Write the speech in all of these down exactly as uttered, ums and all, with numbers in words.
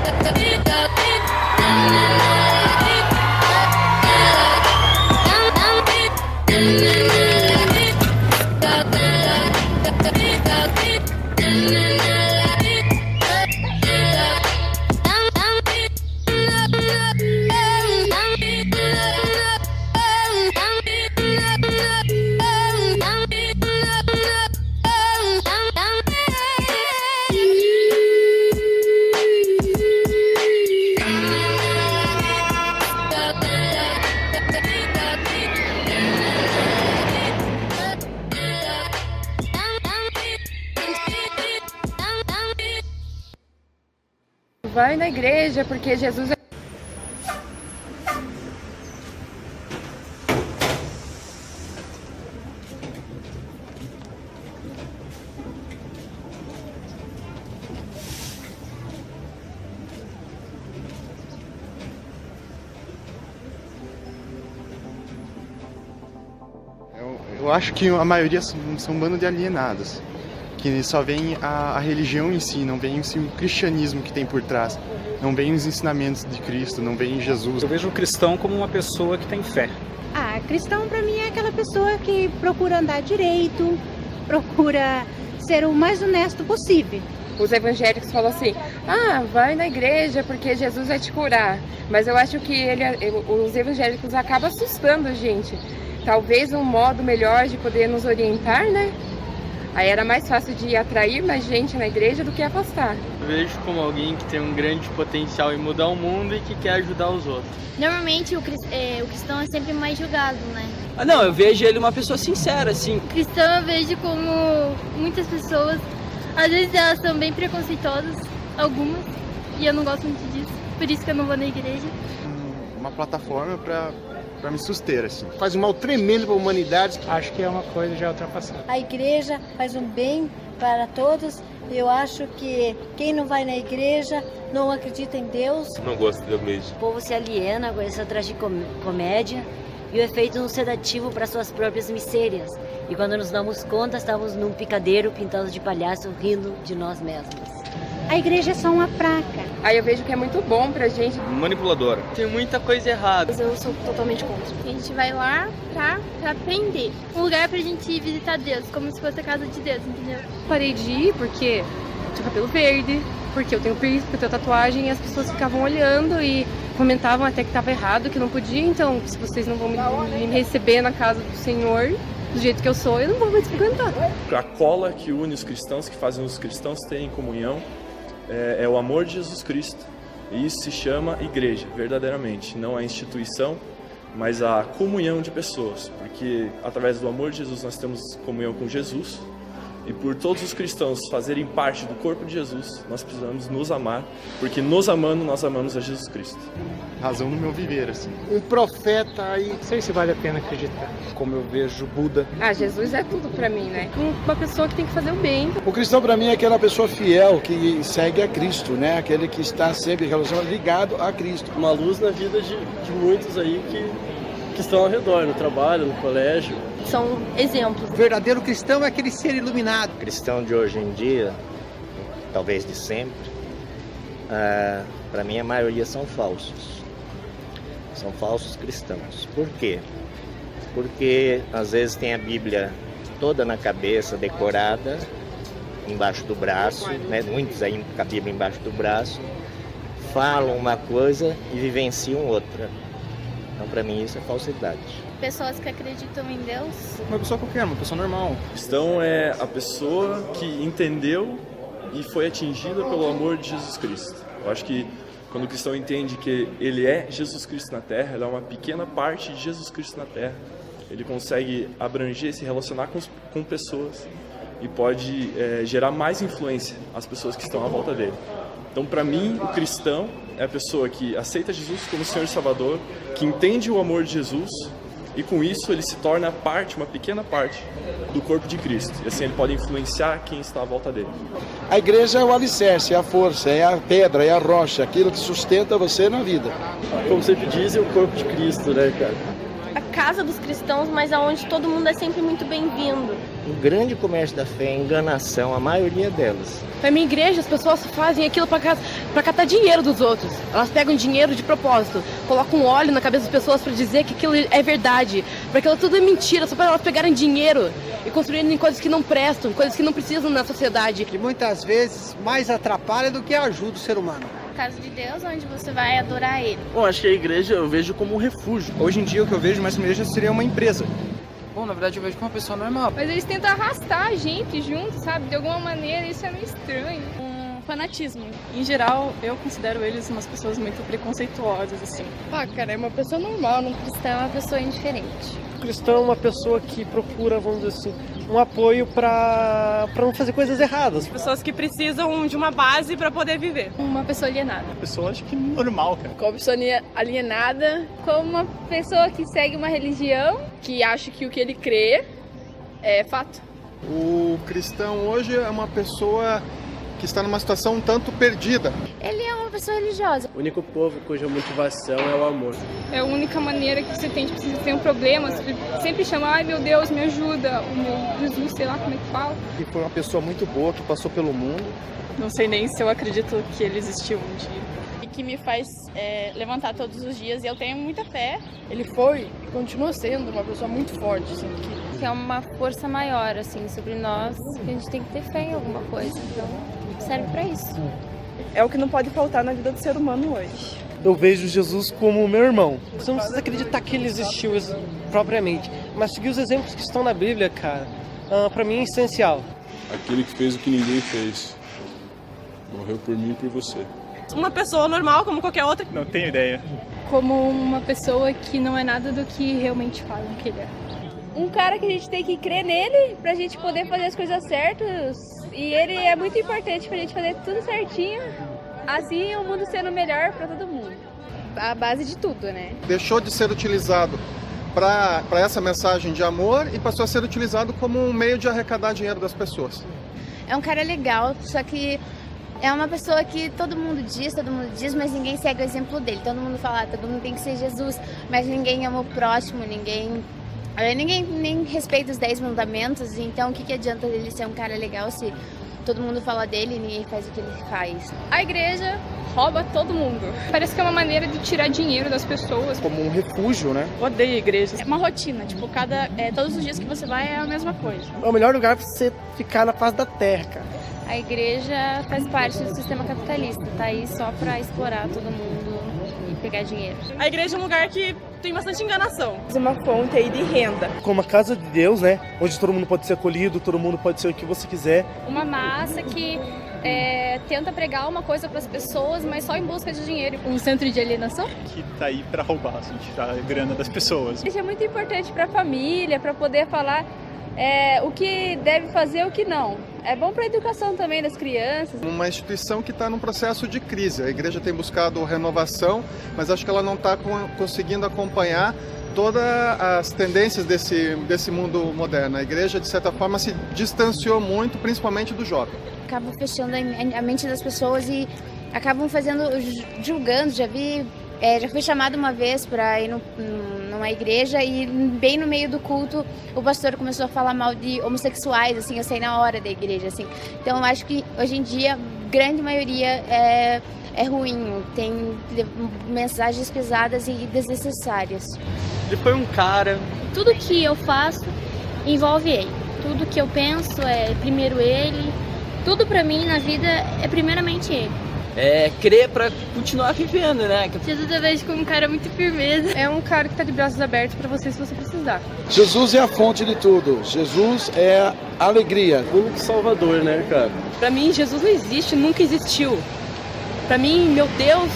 Vai na igreja porque Jesus é... Eu, eu acho que a maioria são, são um bando de alienados, que só vem a, a religião em si, não vem em si o cristianismo que tem por trás, não vem os ensinamentos de Cristo, não vem Jesus. Eu vejo o cristão como uma pessoa que tem fé. Ah, cristão pra mim é aquela pessoa que procura andar direito, procura ser o mais honesto possível. Os evangélicos falam assim, ah, vai na igreja porque Jesus vai te curar. Mas eu acho que ele, os evangélicos acabam assustando a gente. Talvez um modo melhor de poder nos orientar, né? Aí era mais fácil de atrair mais gente na igreja do que afastar. Eu vejo como alguém que tem um grande potencial em mudar o mundo e que quer ajudar os outros. Normalmente o, é, o cristão é sempre mais julgado, né? Ah, não, eu vejo ele uma pessoa sincera, assim. O cristão eu vejo como muitas pessoas, às vezes elas são bem preconceituosas, algumas, e eu não gosto muito disso, por isso que eu não vou na igreja. Uma plataforma para para me suster, assim. Faz um mal tremendo para a humanidade. Acho que é uma coisa já ultrapassada. A igreja faz um bem para todos. Eu acho que quem não vai na igreja não acredita em Deus. Não gosto da igreja. O povo se aliena com essa tragicomédia e o efeito um sedativo para suas próprias misérias. E quando nos damos conta, estamos num picadeiro pintados de palhaço, rindo de nós mesmos. A igreja é só uma praca. Aí eu vejo que é muito bom pra gente. Manipuladora. Tem muita coisa errada. Eu sou totalmente contra. A gente vai lá pra, pra aprender. Um lugar pra gente visitar Deus, como se fosse a casa de Deus, entendeu? Parei de ir porque tinha cabelo verde, porque eu tenho piercing, porque eu tenho tatuagem, e as pessoas ficavam olhando e comentavam até que estava errado, que não podia. Então, se vocês não vão me, me receber na casa do Senhor, do jeito que eu sou, eu não vou mais frequentar. A cola que une os cristãos, que fazem os cristãos terem comunhão, é, é o amor de Jesus Cristo. E isso se chama igreja, verdadeiramente. Não a instituição, mas a comunhão de pessoas. Porque através do amor de Jesus nós temos comunhão com Jesus. E por todos os cristãos fazerem parte do corpo de Jesus, nós precisamos nos amar, porque nos amando, nós amamos a Jesus Cristo. Razão no meu viver, assim. Um profeta aí. Não sei se vale a pena acreditar. Como eu vejo Buda. Ah, Jesus é tudo pra mim, né? Uma pessoa que tem que fazer o bem. O cristão pra mim é aquela pessoa fiel, que segue a Cristo, né? Aquele que está sempre relacionado, ligado a Cristo. Uma luz na vida de, de muitos aí que, que estão ao redor, no trabalho, no colégio. São exemplos. O verdadeiro cristão é aquele ser iluminado. O cristão de hoje em dia, talvez de sempre, ah, para mim a maioria são falsos. São falsos cristãos. Por quê? Porque às vezes tem a Bíblia toda na cabeça, decorada, embaixo do braço, né? Muitos aí com a Bíblia embaixo do braço, falam uma coisa e vivenciam outra. Então, para mim, isso é falsidade. Pessoas que acreditam em Deus. Uma pessoa qualquer, uma pessoa normal. O cristão é a pessoa que entendeu e foi atingida pelo amor de Jesus Cristo. Eu acho que quando o cristão entende que ele é Jesus Cristo na Terra, ele é uma pequena parte de Jesus Cristo na Terra, ele consegue abranger, se relacionar com, com pessoas e pode é, gerar mais influência às pessoas que estão à volta dele. Então, para mim, o cristão é a pessoa que aceita Jesus como Senhor e Salvador, que entende o amor de Jesus e com isso ele se torna parte, uma pequena parte do corpo de Cristo. E assim ele pode influenciar quem está à volta dele. A igreja é o alicerce, é a força, é a pedra, é a rocha, aquilo que sustenta você na vida. Como sempre dizem, o corpo de Cristo, né, cara? A casa dos cristãos, mas aonde todo mundo é sempre muito bem-vindo. um grande comércio da fé, enganação, a maioria delas. Na minha igreja, as pessoas fazem aquilo para catar dinheiro dos outros. Elas pegam dinheiro de propósito, colocam óleo na cabeça das pessoas para dizer que aquilo é verdade, para aquilo tudo é mentira, só para elas pegarem dinheiro e construírem coisas que não prestam, coisas que não precisam na sociedade. Que muitas vezes mais atrapalha do que ajuda o ser humano. Casa de Deus, onde você vai adorar Ele. Bom, acho que a igreja eu vejo como um refúgio. Hoje em dia o que eu vejo mais uma igreja seria uma empresa. Bom, na verdade eu vejo como uma pessoa normal. Mas eles tentam arrastar a gente junto, sabe? De alguma maneira, isso é meio estranho. Um fanatismo. Em geral, eu considero eles umas pessoas muito preconceituosas, assim. Ah, cara, é uma pessoa normal. Um cristão é uma pessoa indiferente. O cristão é uma pessoa que procura, vamos dizer assim, um apoio para para não fazer coisas erradas. Pessoas que precisam de uma base para poder viver. Uma pessoa alienada. Uma pessoa, acho que normal, cara. Como pessoa alienada, como uma pessoa que segue uma religião, que acha que o que ele crê é fato. O cristão hoje é uma pessoa que está numa situação um tanto perdida. Ele é uma pessoa religiosa. O único povo cuja motivação é o amor. É a única maneira que você tem, tipo, se você tem um problema, você sempre chama, ai meu Deus, me ajuda, o meu Jesus, sei lá como é que fala. E foi uma pessoa muito boa que passou pelo mundo. Não sei nem se eu acredito que ele existiu um dia. E que me faz é, levantar todos os dias, e eu tenho muita fé. Ele foi e continua sendo uma pessoa muito forte, assim, que... que é uma força maior, assim, sobre nós, que a gente tem que ter fé em alguma coisa, então serve pra isso. É o que não pode faltar na vida do ser humano hoje. Eu vejo Jesus como meu irmão. Você não precisa acreditar que ele existiu propriamente, mas seguir os exemplos que estão na Bíblia, cara, uh, pra mim é essencial. Aquele que fez o que ninguém fez, morreu por mim e por você. Uma pessoa normal, como qualquer outra. Não tenho ideia. Como uma pessoa que não é nada do que realmente falam que ele é. Um cara que a gente tem que crer nele pra gente poder fazer as coisas certas. E ele é muito importante pra gente fazer tudo certinho. Assim o mundo sendo melhor pra todo mundo. A base de tudo, né? Deixou de ser utilizado para essa mensagem de amor e passou a ser utilizado como um meio de arrecadar dinheiro das pessoas. É um cara legal, só que é uma pessoa que todo mundo diz, todo mundo diz, mas ninguém segue o exemplo dele. Todo mundo fala, ah, todo mundo tem que ser Jesus, mas ninguém ama o próximo, ninguém... Ninguém nem respeita os dez mandamentos, então o que, que adianta ele ser um cara legal se todo mundo fala dele e ninguém faz o que ele faz? A igreja rouba todo mundo. Parece que é uma maneira de tirar dinheiro das pessoas. Como um refúgio, né? Odeio igrejas. É uma rotina, tipo, cada, é, todos os dias que você vai é a mesma coisa. É o melhor lugar pra você ficar na face da terra, cara. A igreja faz parte do sistema capitalista, tá aí só pra explorar todo mundo e pegar dinheiro. A igreja é um lugar que tem bastante enganação. É uma fonte aí de renda. Como a casa de Deus, né? Onde todo mundo pode ser acolhido, todo mundo pode ser o que você quiser. Uma massa que é, tenta pregar uma coisa para as pessoas, mas só em busca de dinheiro. Um centro de alienação? Que tá aí pra roubar, assim, tirar a grana das pessoas. Isso é muito importante pra família, pra poder falar é, o que deve fazer e o que não. É bom para a educação também das crianças. Uma instituição que está num processo de crise. A igreja tem buscado renovação, mas acho que ela não está conseguindo acompanhar todas as tendências desse, desse mundo moderno. A igreja, de certa forma, se distanciou muito, principalmente do jovem. Acabam fechando a mente das pessoas e acabam fazendo, julgando. Já vi, é, já fui chamada uma vez para ir no, numa igreja e bem no meio do culto o pastor começou a falar mal de homossexuais, assim, eu saí na hora da igreja, assim. Então eu acho que hoje em dia a grande maioria é, é ruim, tem mensagens pesadas e desnecessárias. Ele foi um cara... Tudo que eu faço envolve ele. Tudo que eu penso é primeiro ele. Tudo pra mim na vida é primeiramente ele. É crer pra continuar vivendo, né? Jesus eu vejo como um cara muito firmeza. É um cara que tá de braços abertos pra você se você precisar. Jesus é a fonte de tudo. Jesus é a alegria. O único salvador, né, cara? Pra mim, Jesus não existe, nunca existiu. Pra mim, meu Deus,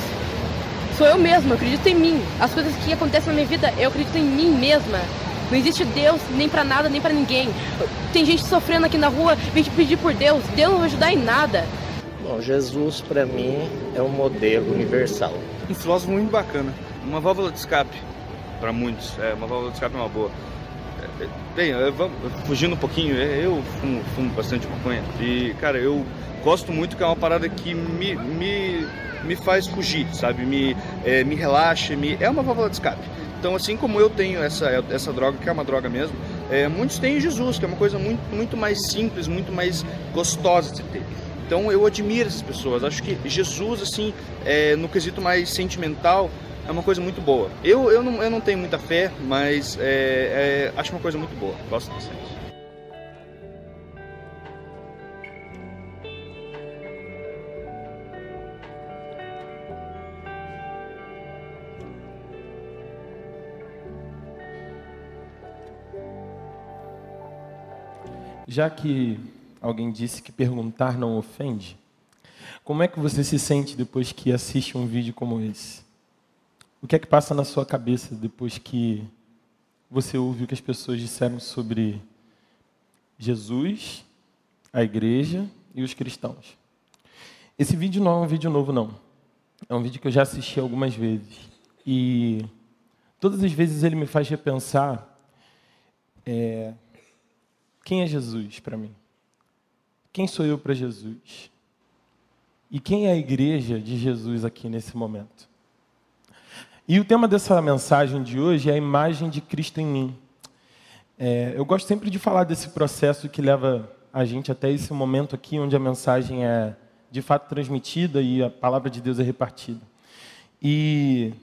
sou eu mesma, eu acredito em mim. As coisas que acontecem na minha vida, eu acredito em mim mesma. Não existe Deus nem pra nada, nem pra ninguém. Tem gente sofrendo aqui na rua, vem te pedir por Deus. Deus não vai ajudar em nada. Bom, Jesus, para mim, é um modelo universal. Um filósofo muito bacana. Uma válvula de escape, para muitos. É, uma válvula de escape é uma boa. É, bem, vamos, fugindo um pouquinho, eu fumo, fumo bastante maconha. E, cara, eu gosto muito, que é uma parada que me, me, me faz fugir, sabe? Me, é, me relaxa, me, é uma válvula de escape. Então, assim como eu tenho essa, essa droga, que é uma droga mesmo, É, muitos têm Jesus, que é uma coisa muito, muito mais simples, muito mais gostosa de ter. Então eu admiro essas pessoas. Acho que Jesus, assim, é, no quesito mais sentimental, é uma coisa muito boa. Eu, eu, não, eu não tenho muita fé, mas é, é, acho uma coisa muito boa. Gosto bastante. Já que alguém disse que perguntar não ofende, como é que você se sente depois que assiste um vídeo como esse? O que é que passa na sua cabeça depois que você ouve o que as pessoas disseram sobre Jesus, a igreja e os cristãos? Esse vídeo não é um vídeo novo, não. É um vídeo que eu já assisti algumas vezes. E todas as vezes ele me faz repensar é, quem é Jesus para mim? Quem sou eu para Jesus? E quem é a igreja de Jesus aqui nesse momento? E o tema dessa mensagem de hoje é a imagem de Cristo em mim. É, eu gosto sempre de falar desse processo que leva a gente até esse momento aqui, onde a mensagem é de fato transmitida e a palavra de Deus é repartida. E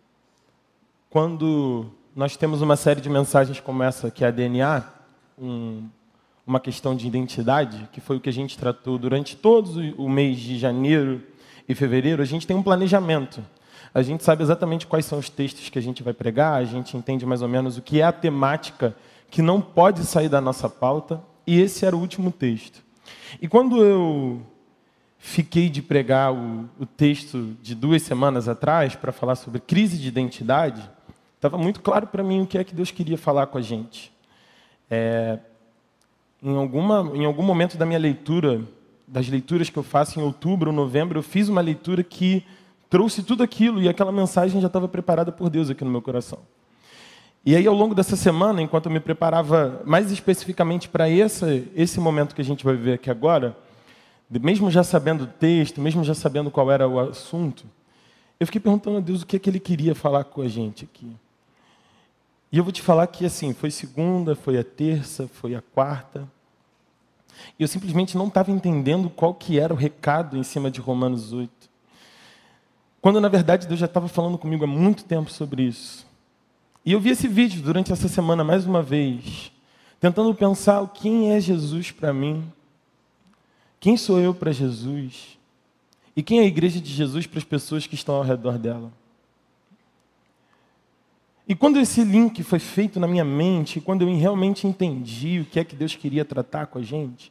quando nós temos uma série de mensagens como essa, que é a D N A, um, uma questão de identidade, que foi o que a gente tratou durante todo o mês de janeiro e fevereiro, a gente tem um planejamento. A gente sabe exatamente quais são os textos que a gente vai pregar, a gente entende mais ou menos o que é a temática que não pode sair da nossa pauta, e esse era o último texto. E quando eu fiquei de pregar o, o texto de duas semanas atrás, para falar sobre crise de identidade, estava muito claro para mim o que é que Deus queria falar com a gente. É, em, alguma, em algum momento da minha leitura, das leituras que eu faço em outubro ou novembro, eu fiz uma leitura que trouxe tudo aquilo e aquela mensagem já estava preparada por Deus aqui no meu coração. E aí, ao longo dessa semana, enquanto eu me preparava mais especificamente para esse, esse momento que a gente vai viver aqui agora, mesmo já sabendo o texto, mesmo já sabendo qual era o assunto, eu fiquei perguntando a Deus o que é que Ele queria falar com a gente aqui. E eu vou te falar que, assim, foi segunda, foi a terça, foi a quarta, e eu simplesmente não estava entendendo qual que era o recado em cima de Romanos oito. Quando, na verdade, Deus já estava falando comigo há muito tempo sobre isso. E eu vi esse vídeo durante essa semana, mais uma vez, tentando pensar quem é Jesus para mim, quem sou eu para Jesus, e quem é a igreja de Jesus para as pessoas que estão ao redor dela. E quando esse link foi feito na minha mente, quando eu realmente entendi o que é que Deus queria tratar com a gente,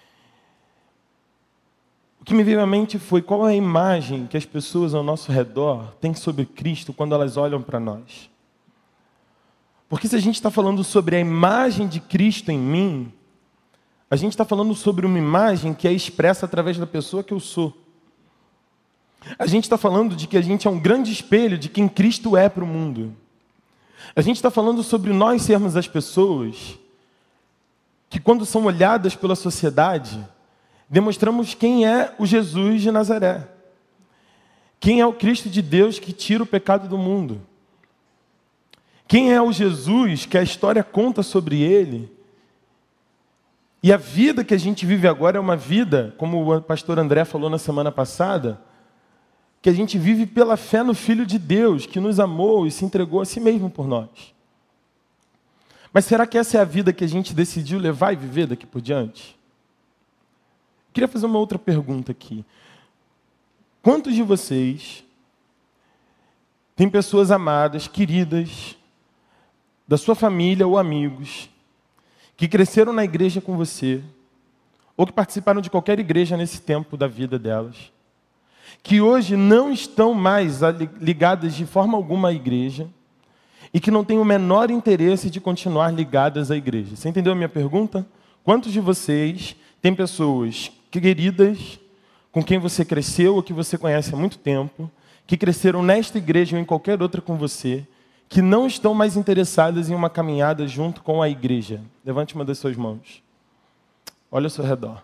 o que me veio à mente foi qual é a imagem que as pessoas ao nosso redor têm sobre Cristo quando elas olham para nós. Porque se a gente está falando sobre a imagem de Cristo em mim, a gente está falando sobre uma imagem que é expressa através da pessoa que eu sou. A gente está falando de que a gente é um grande espelho de quem Cristo é para o mundo. A gente está falando sobre nós sermos as pessoas que, quando são olhadas pela sociedade, demonstramos quem é o Jesus de Nazaré. Quem é o Cristo de Deus que tira o pecado do mundo. Quem é o Jesus que a história conta sobre ele. E a vida que a gente vive agora é uma vida, como o pastor André falou na semana passada, que a gente vive pela fé no Filho de Deus, que nos amou e se entregou a si mesmo por nós. Mas será que essa é a vida que a gente decidiu levar e viver daqui por diante? Queria fazer uma outra pergunta aqui. Quantos de vocês têm pessoas amadas, queridas, da sua família ou amigos, que cresceram na igreja com você, ou que participaram de qualquer igreja nesse tempo da vida delas, que hoje não estão mais ligadas de forma alguma à igreja e que não têm o menor interesse de continuar ligadas à igreja? Você entendeu a minha pergunta? Quantos de vocês têm pessoas queridas, com quem você cresceu ou que você conhece há muito tempo, que cresceram nesta igreja ou em qualquer outra com você, que não estão mais interessadas em uma caminhada junto com a igreja? Levante uma das suas mãos. Olha ao seu redor.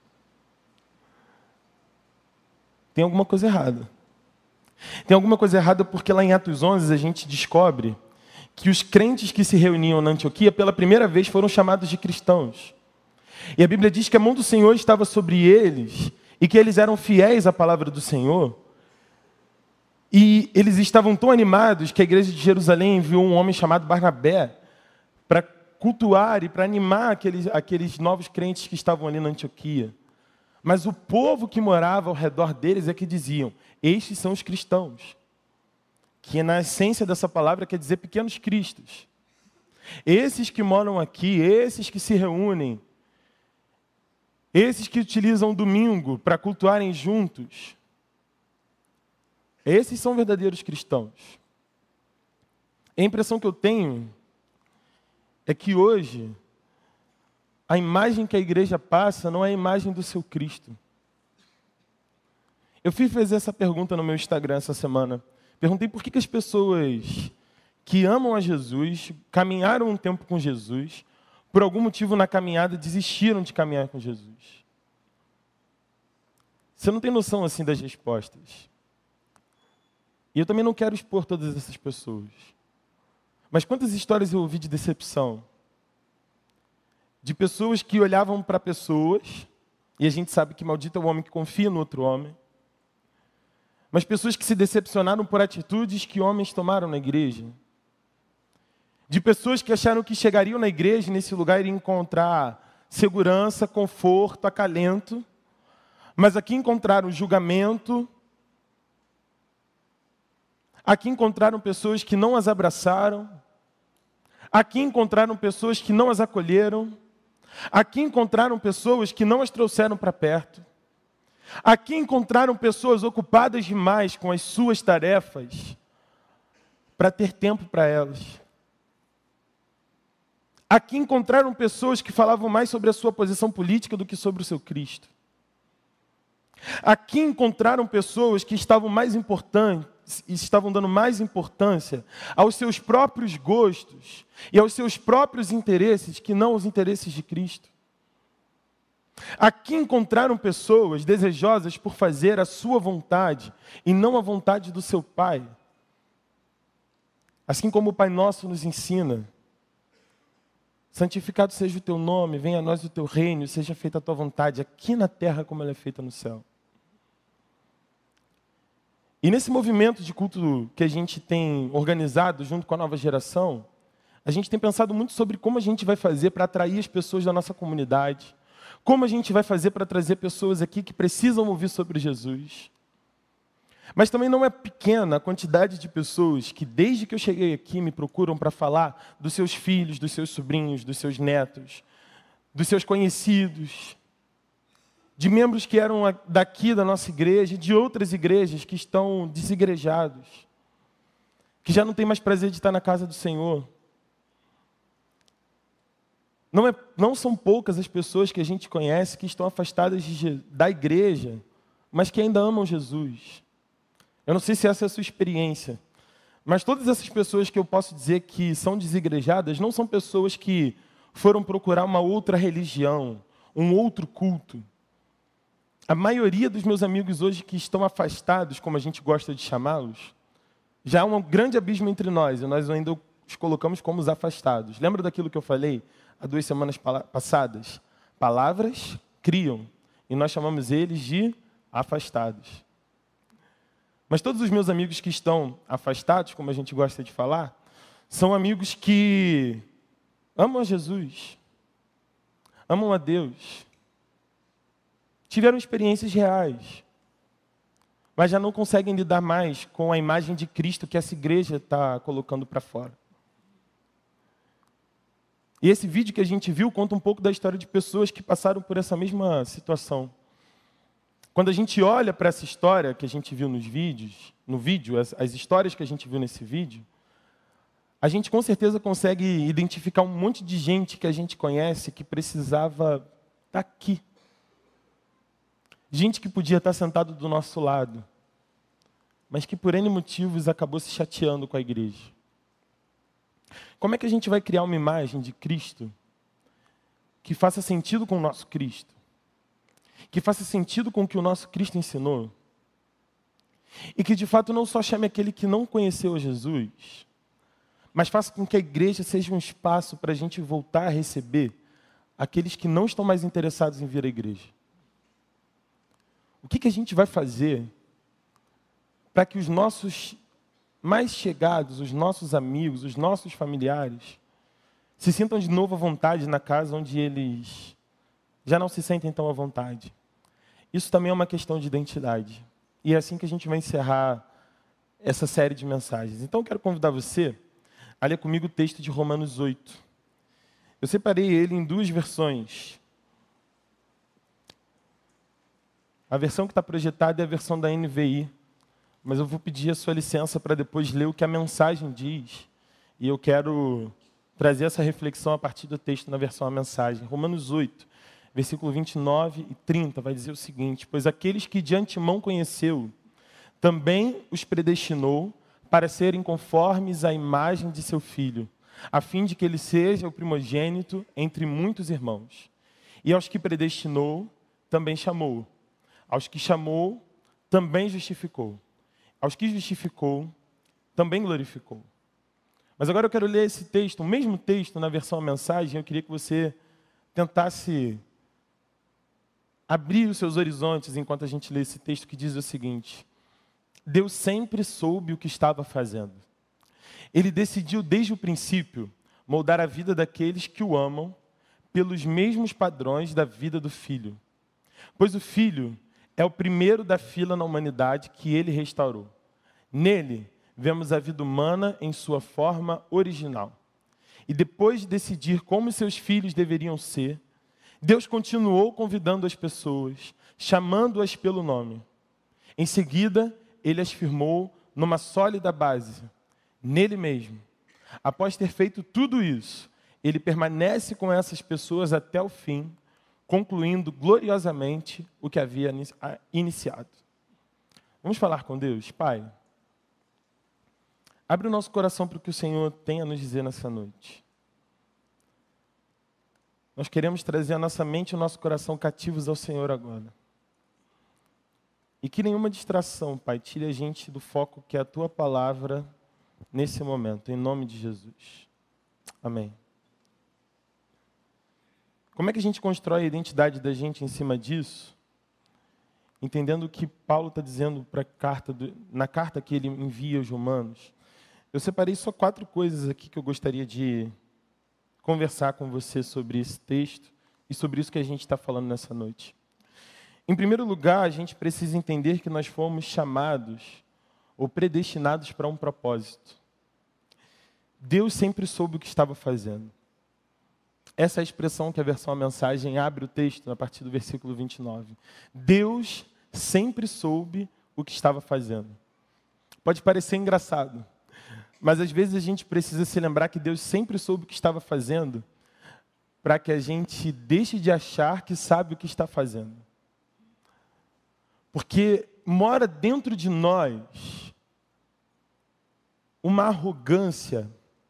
Tem alguma coisa errada. Tem alguma coisa errada porque lá em Atos onze a gente descobre que os crentes que se reuniam na Antioquia, pela primeira vez, foram chamados de cristãos. E a Bíblia diz que a mão do Senhor estava sobre eles e que eles eram fiéis à palavra do Senhor. E eles estavam tão animados que a igreja de Jerusalém enviou um homem chamado Barnabé para cultuar e para animar aqueles, aqueles novos crentes que estavam ali na Antioquia. Mas o povo que morava ao redor deles é que diziam: estes são os cristãos. Que na essência dessa palavra quer dizer pequenos cristos. Esses que moram aqui, esses que se reúnem, esses que utilizam o domingo para cultuarem juntos, esses são verdadeiros cristãos. A impressão que eu tenho é que hoje a imagem que a igreja passa não é a imagem do seu Cristo. Eu fui fazer essa pergunta no meu Instagram essa semana. Perguntei por que, que as pessoas que amam a Jesus, caminharam um tempo com Jesus, por algum motivo na caminhada desistiram de caminhar com Jesus. Você não tem noção assim das respostas. E eu também não quero expor todas essas pessoas. Mas quantas histórias eu ouvi de decepção? De pessoas que olhavam para pessoas, e a gente sabe que maldito é o homem que confia no outro homem, mas pessoas que se decepcionaram por atitudes que homens tomaram na igreja. De pessoas que acharam que chegariam na igreja, nesse lugar, iriam encontrar segurança, conforto, acalento, mas aqui encontraram julgamento, aqui encontraram pessoas que não as abraçaram, aqui encontraram pessoas que não as acolheram, aqui encontraram pessoas que não as trouxeram para perto, aqui encontraram pessoas ocupadas demais com as suas tarefas para ter tempo para elas. Aqui encontraram pessoas que falavam mais sobre a sua posição política do que sobre o seu Cristo. Aqui encontraram pessoas que estavam mais importantes, estavam dando mais importância aos seus próprios gostos e aos seus próprios interesses que não os interesses de Cristo. Aqui encontraram pessoas desejosas por fazer a sua vontade e não a vontade do seu Pai. Assim como o Pai Nosso nos ensina: santificado seja o teu nome, venha a nós o teu reino, seja feita a tua vontade, aqui na terra como ela é feita no céu. E nesse movimento de culto que a gente tem organizado junto com a nova geração, a gente tem pensado muito sobre como a gente vai fazer para atrair as pessoas da nossa comunidade, como a gente vai fazer para trazer pessoas aqui que precisam ouvir sobre Jesus. Mas também não é pequena a quantidade de pessoas que, desde que eu cheguei aqui, me procuram para falar dos seus filhos, dos seus sobrinhos, dos seus netos, dos seus conhecidos, de membros que eram daqui da nossa igreja, de outras igrejas que estão desigrejados, que já não têm mais prazer de estar na casa do Senhor. Não, é, não são poucas as pessoas que a gente conhece que estão afastadas de, da igreja, mas que ainda amam Jesus. Eu não sei se essa é a sua experiência, mas todas essas pessoas que eu posso dizer que são desigrejadas não são pessoas que foram procurar uma outra religião, um outro culto. A maioria dos meus amigos hoje que estão afastados, como a gente gosta de chamá-los, já há um grande abismo entre nós, e nós ainda os colocamos como os afastados. Lembra daquilo que eu falei há duas semanas passadas? Palavras criam, e nós chamamos eles de afastados. Mas todos os meus amigos que estão afastados, como a gente gosta de falar, são amigos que amam a Jesus, amam a Deus, tiveram experiências reais, mas já não conseguem lidar mais com a imagem de Cristo que essa igreja está colocando para fora. E esse vídeo que a gente viu conta um pouco da história de pessoas que passaram por essa mesma situação. Quando a gente olha para essa história que a gente viu nos vídeos, no vídeo, as, as histórias que a gente viu nesse vídeo, a gente com certeza consegue identificar um monte de gente que a gente conhece que precisava estar aqui. Gente que podia estar sentado do nosso lado, mas que por N motivos acabou se chateando com a igreja. Como é que a gente vai criar uma imagem de Cristo que faça sentido com o nosso Cristo? Que faça sentido com o que o nosso Cristo ensinou? E que de fato não só chame aquele que não conheceu Jesus, mas faça com que a igreja seja um espaço para a gente voltar a receber aqueles que não estão mais interessados em vir à igreja. O que, que a gente vai fazer para que os nossos mais chegados, os nossos amigos, os nossos familiares, se sintam de novo à vontade na casa onde eles já não se sentem tão à vontade? Isso também é uma questão de identidade. E é assim que a gente vai encerrar essa série de mensagens. Então, eu quero convidar você a ler comigo o texto de Romanos oito. Eu separei ele em duas versões. A versão que está projetada é a versão da N V I, mas eu vou pedir a sua licença para depois ler o que a mensagem diz. E eu quero trazer essa reflexão a partir do texto na versão a mensagem. Romanos oito, versículo vinte e nove e trinta, vai dizer o seguinte: pois aqueles que de antemão conheceu, também os predestinou para serem conformes à imagem de seu Filho, a fim de que ele seja o primogênito entre muitos irmãos. E aos que predestinou, também chamou. Aos que chamou, também justificou. Aos que justificou, também glorificou. Mas agora eu quero ler esse texto, o mesmo texto na versão a mensagem. Eu queria que você tentasse abrir os seus horizontes enquanto a gente lê esse texto, que diz o seguinte: Deus sempre soube o que estava fazendo. Ele decidiu desde o princípio moldar a vida daqueles que o amam pelos mesmos padrões da vida do Filho. Pois o Filho é o primeiro da fila na humanidade que ele restaurou. Nele, vemos a vida humana em sua forma original. E depois de decidir como seus filhos deveriam ser, Deus continuou convidando as pessoas, chamando-as pelo nome. Em seguida, ele as firmou numa sólida base, nele mesmo. Após ter feito tudo isso, ele permanece com essas pessoas até o fim, concluindo gloriosamente o que havia iniciado. Vamos falar com Deus? Pai, abre o nosso coração para o que o Senhor tem a nos dizer nessa noite. Nós queremos trazer a nossa mente e o nosso coração cativos ao Senhor agora. E que nenhuma distração, Pai, tire a gente do foco que é a Tua palavra nesse momento, em nome de Jesus. Amém. Como é que a gente constrói a identidade da gente em cima disso? Entendendo o que Paulo está dizendo pra carta do, na carta que ele envia aos Romanos. Eu separei só quatro coisas aqui que eu gostaria de conversar com você sobre esse texto e sobre isso que a gente está falando nessa noite. Em primeiro lugar, a gente precisa entender que nós fomos chamados ou predestinados para um propósito. Deus sempre soube o que estava fazendo. Essa é a expressão que a versão a mensagem abre o texto a partir do versículo vinte e nove. Deus sempre soube o que estava fazendo. Pode parecer engraçado, mas às vezes a gente precisa se lembrar que Deus sempre soube o que estava fazendo para que a gente deixe de achar que sabe o que está fazendo. Porque mora dentro de nós uma arrogância,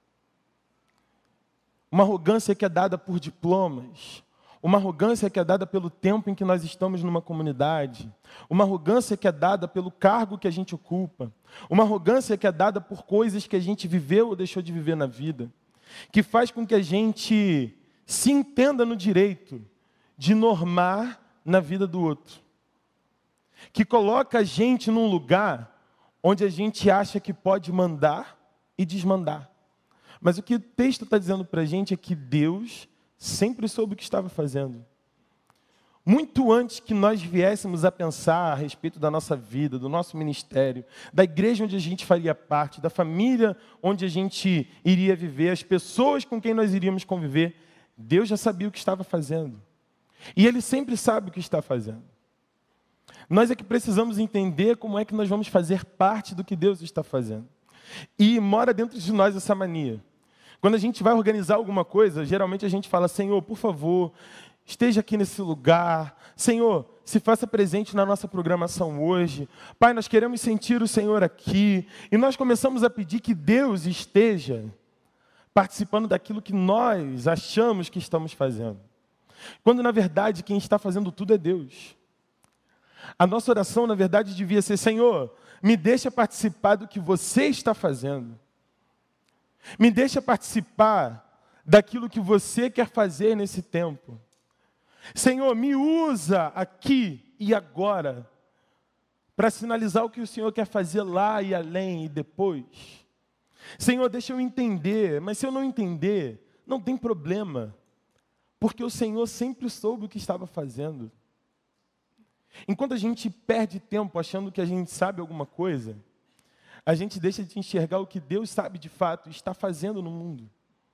uma arrogância que é dada por diplomas, uma arrogância que é dada pelo tempo em que nós estamos numa comunidade, uma arrogância que é dada pelo cargo que a gente ocupa, uma arrogância que é dada por coisas que a gente viveu ou deixou de viver na vida, que faz com que a gente se entenda no direito de normar na vida do outro, que coloca a gente num lugar onde a gente acha que pode mandar e desmandar. Mas o que o texto está dizendo para a gente é que Deus sempre soube o que estava fazendo. Muito antes que nós viéssemos a pensar a respeito da nossa vida, do nosso ministério, da igreja onde a gente faria parte, da família onde a gente iria viver, as pessoas com quem nós iríamos conviver, Deus já sabia o que estava fazendo. E Ele sempre sabe o que está fazendo. Nós é que precisamos entender como é que nós vamos fazer parte do que Deus está fazendo. E mora dentro de nós essa mania. Quando a gente vai organizar alguma coisa, geralmente a gente fala: Senhor, por favor, esteja aqui nesse lugar. Senhor, se faça presente na nossa programação hoje. Pai, nós queremos sentir o Senhor aqui. E nós começamos a pedir que Deus esteja participando daquilo que nós achamos que estamos fazendo. Quando, na verdade, quem está fazendo tudo é Deus. A nossa oração, na verdade, devia ser: Senhor, me deixa participar do que você está fazendo. Me deixa participar daquilo que você quer fazer nesse tempo. Senhor, me usa aqui e agora para sinalizar o que o Senhor quer fazer lá e além e depois. Senhor, deixa eu entender, mas se eu não entender, não tem problema, porque o Senhor sempre soube o que estava fazendo. Enquanto a gente perde tempo achando que a gente sabe alguma coisa, a gente deixa de enxergar o que Deus sabe de fato e está fazendo no mundo.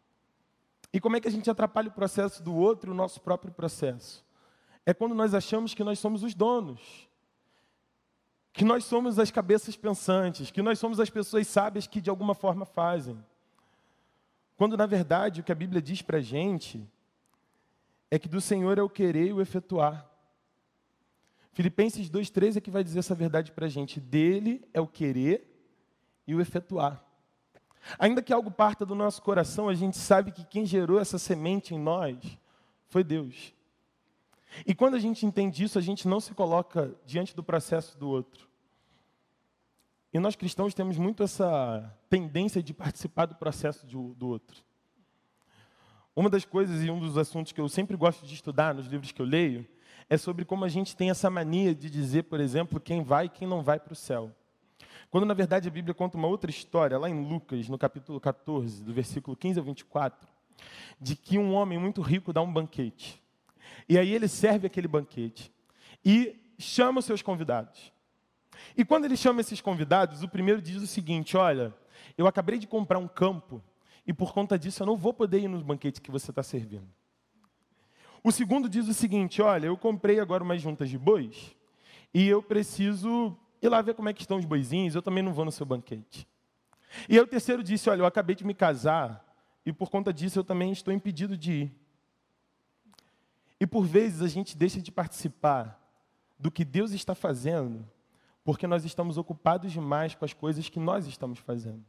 E como é que a gente atrapalha o processo do outro e o nosso próprio processo? É quando nós achamos que nós somos os donos, que nós somos as cabeças pensantes, que nós somos as pessoas sábias que de alguma forma fazem. Quando, na verdade, o que a Bíblia diz para a gente é que do Senhor é o querer e o efetuar. Filipenses dois, treze é que vai dizer essa verdade para a gente. Dele é o querer e o efetuar. Ainda que algo parta do nosso coração, a gente sabe que quem gerou essa semente em nós foi Deus. E quando a gente entende isso, a gente não se coloca diante do processo do outro. E nós cristãos temos muito essa tendência de participar do processo de, do outro. Uma das coisas e um dos assuntos que eu sempre gosto de estudar nos livros que eu leio é sobre como a gente tem essa mania de dizer, por exemplo, quem vai e quem não vai para o céu. Quando, na verdade, a Bíblia conta uma outra história, lá em Lucas, no capítulo quatorze, do versículo quinze ao vinte e quatro, de que um homem muito rico dá um banquete. E aí ele serve aquele banquete e chama os seus convidados. E quando ele chama esses convidados, o primeiro diz o seguinte: olha, eu acabei de comprar um campo e por conta disso eu não vou poder ir no banquete que você está servindo. O segundo diz o seguinte: olha, eu comprei agora umas juntas de bois e eu preciso ir lá ver como é que estão os boizinhos, eu também não vou no seu banquete. E aí o terceiro disse: olha, eu acabei de me casar e por conta disso eu também estou impedido de ir. E por vezes a gente deixa de participar do que Deus está fazendo porque nós estamos ocupados demais com as coisas que nós estamos fazendo.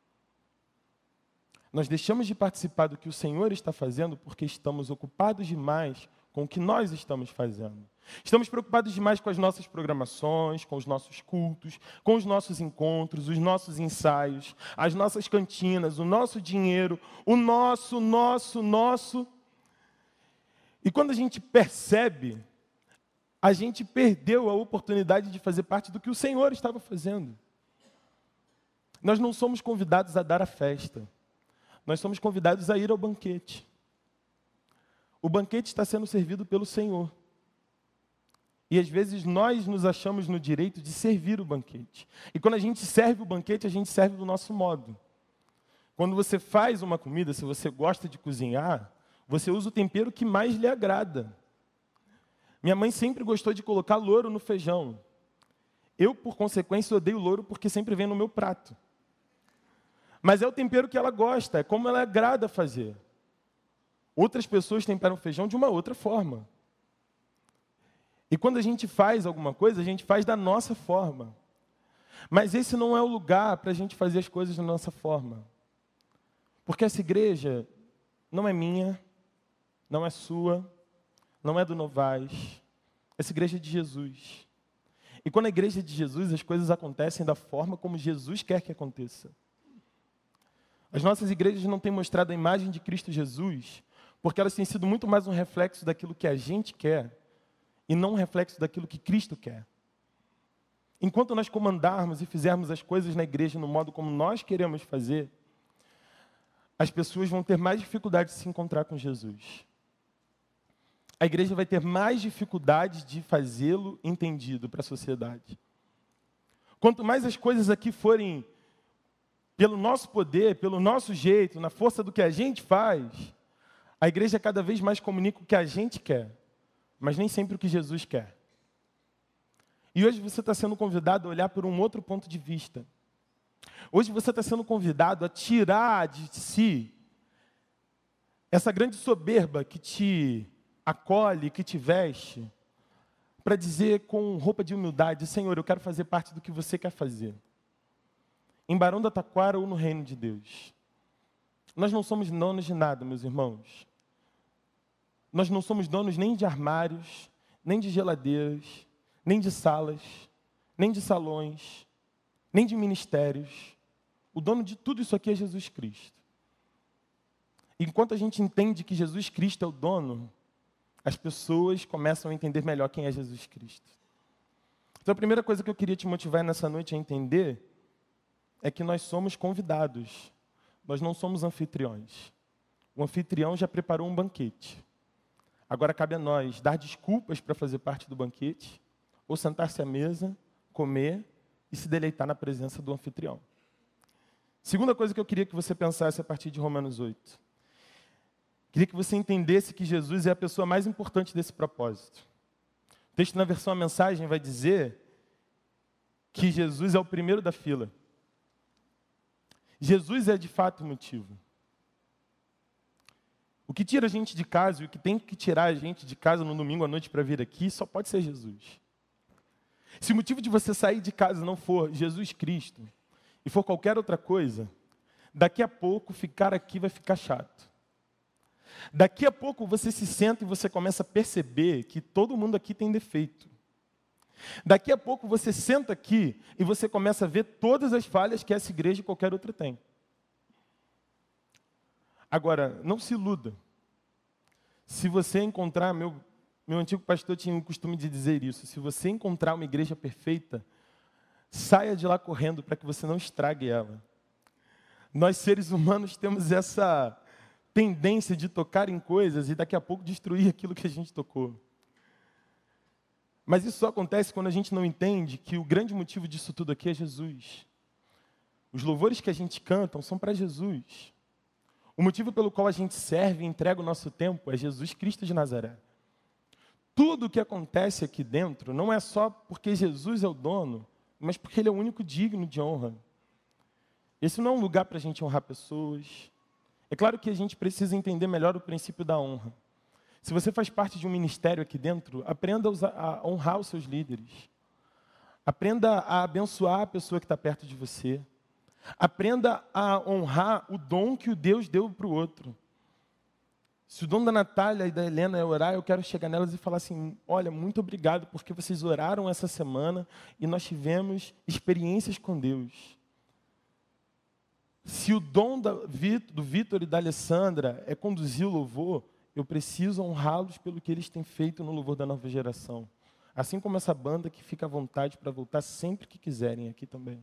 Nós deixamos de participar do que o Senhor está fazendo porque estamos ocupados demais com o que nós estamos fazendo. Estamos preocupados demais com as nossas programações, com os nossos cultos, com os nossos encontros, os nossos ensaios, as nossas cantinas, o nosso dinheiro, o nosso, nosso, nosso. E quando a gente percebe, a gente perdeu a oportunidade de fazer parte do que o Senhor estava fazendo. Nós não somos convidados a dar a festa. Nós somos convidados a ir ao banquete. O banquete está sendo servido pelo Senhor. E às vezes nós nos achamos no direito de servir o banquete. E quando a gente serve o banquete, a gente serve do nosso modo. Quando você faz uma comida, se você gosta de cozinhar, você usa o tempero que mais lhe agrada. Minha mãe sempre gostou de colocar louro no feijão. Eu, por consequência, odeio louro porque sempre vem no meu prato. Mas é o tempero que ela gosta, é como ela agrada fazer. Outras pessoas temperam feijão de uma outra forma. E quando a gente faz alguma coisa, a gente faz da nossa forma. Mas esse não é o lugar para a gente fazer as coisas da nossa forma. Porque essa igreja não é minha, não é sua, não é do Novais. Essa igreja é de Jesus. E quando a igreja é de Jesus, as coisas acontecem da forma como Jesus quer que aconteça. As nossas igrejas não têm mostrado a imagem de Cristo Jesus, porque elas têm sido muito mais um reflexo daquilo que a gente quer, e não um reflexo daquilo que Cristo quer. Enquanto nós comandarmos e fizermos as coisas na igreja no modo como nós queremos fazer, as pessoas vão ter mais dificuldade de se encontrar com Jesus. A igreja vai ter mais dificuldade de fazê-lo entendido para a sociedade. Quanto mais as coisas aqui forem pelo nosso poder, pelo nosso jeito, na força do que a gente faz, a igreja cada vez mais comunica o que a gente quer, mas nem sempre o que Jesus quer. E hoje você está sendo convidado a olhar por um outro ponto de vista. Hoje você está sendo convidado a tirar de si essa grande soberba que te acolhe, que te veste, para dizer com roupa de humildade: Senhor, eu quero fazer parte do que você quer fazer. Em Barão da Taquara ou no reino de Deus. Nós não somos donos de nada, meus irmãos. Nós não somos donos nem de armários, nem de geladeiras, nem de salas, nem de salões, nem de ministérios. O dono de tudo isso aqui é Jesus Cristo. Enquanto a gente entende que Jesus Cristo é o dono, as pessoas começam a entender melhor quem é Jesus Cristo. Então a primeira coisa que eu queria te motivar nessa noite a entender é que nós somos convidados, nós não somos anfitriões. O anfitrião já preparou um banquete. Agora cabe a nós dar desculpas para fazer parte do banquete, ou sentar-se à mesa, comer e se deleitar na presença do anfitrião. Segunda coisa que eu queria que você pensasse a partir de Romanos oito. Queria que você entendesse que Jesus é a pessoa mais importante desse propósito. O texto na versão A Mensagem vai dizer que Jesus é o primeiro da fila. Jesus é de fato o motivo. O que tira a gente de casa e o que tem que tirar a gente de casa no domingo à noite para vir aqui só pode ser Jesus. Se o motivo de você sair de casa não for Jesus Cristo e for qualquer outra coisa, daqui a pouco ficar aqui vai ficar chato. Daqui a pouco você se senta e você começa a perceber que todo mundo aqui tem defeito. Daqui a pouco você senta aqui e você começa a ver todas as falhas que essa igreja e qualquer outra tem. Agora, não se iluda. Se você encontrar, meu, meu antigo pastor tinha o costume de dizer isso, se você encontrar uma igreja perfeita, saia de lá correndo para que você não estrague ela. Nós seres humanos temos essa tendência de tocar em coisas e daqui a pouco destruir aquilo que a gente tocou. Mas isso só acontece quando a gente não entende que o grande motivo disso tudo aqui é Jesus. Os louvores que a gente canta são para Jesus. O motivo pelo qual a gente serve e entrega o nosso tempo é Jesus Cristo de Nazaré. Tudo o que acontece aqui dentro não é só porque Jesus é o dono, mas porque Ele é o único digno de honra. Esse não é um lugar para a gente honrar pessoas. É claro que a gente precisa entender melhor o princípio da honra. Se você faz parte de um ministério aqui dentro, aprenda a, usar, a honrar os seus líderes. Aprenda a abençoar a pessoa que está perto de você. Aprenda a honrar o dom que o Deus deu para o outro. Se o dom da Natália e da Helena é orar, eu quero chegar nelas e falar assim, olha, muito obrigado porque vocês oraram essa semana e nós tivemos experiências com Deus. Se o dom da, do Vitor e da Alessandra é conduzir o louvor, eu preciso honrá-los pelo que eles têm feito no louvor da nova geração. Assim como essa banda que fica à vontade para voltar sempre que quiserem aqui também.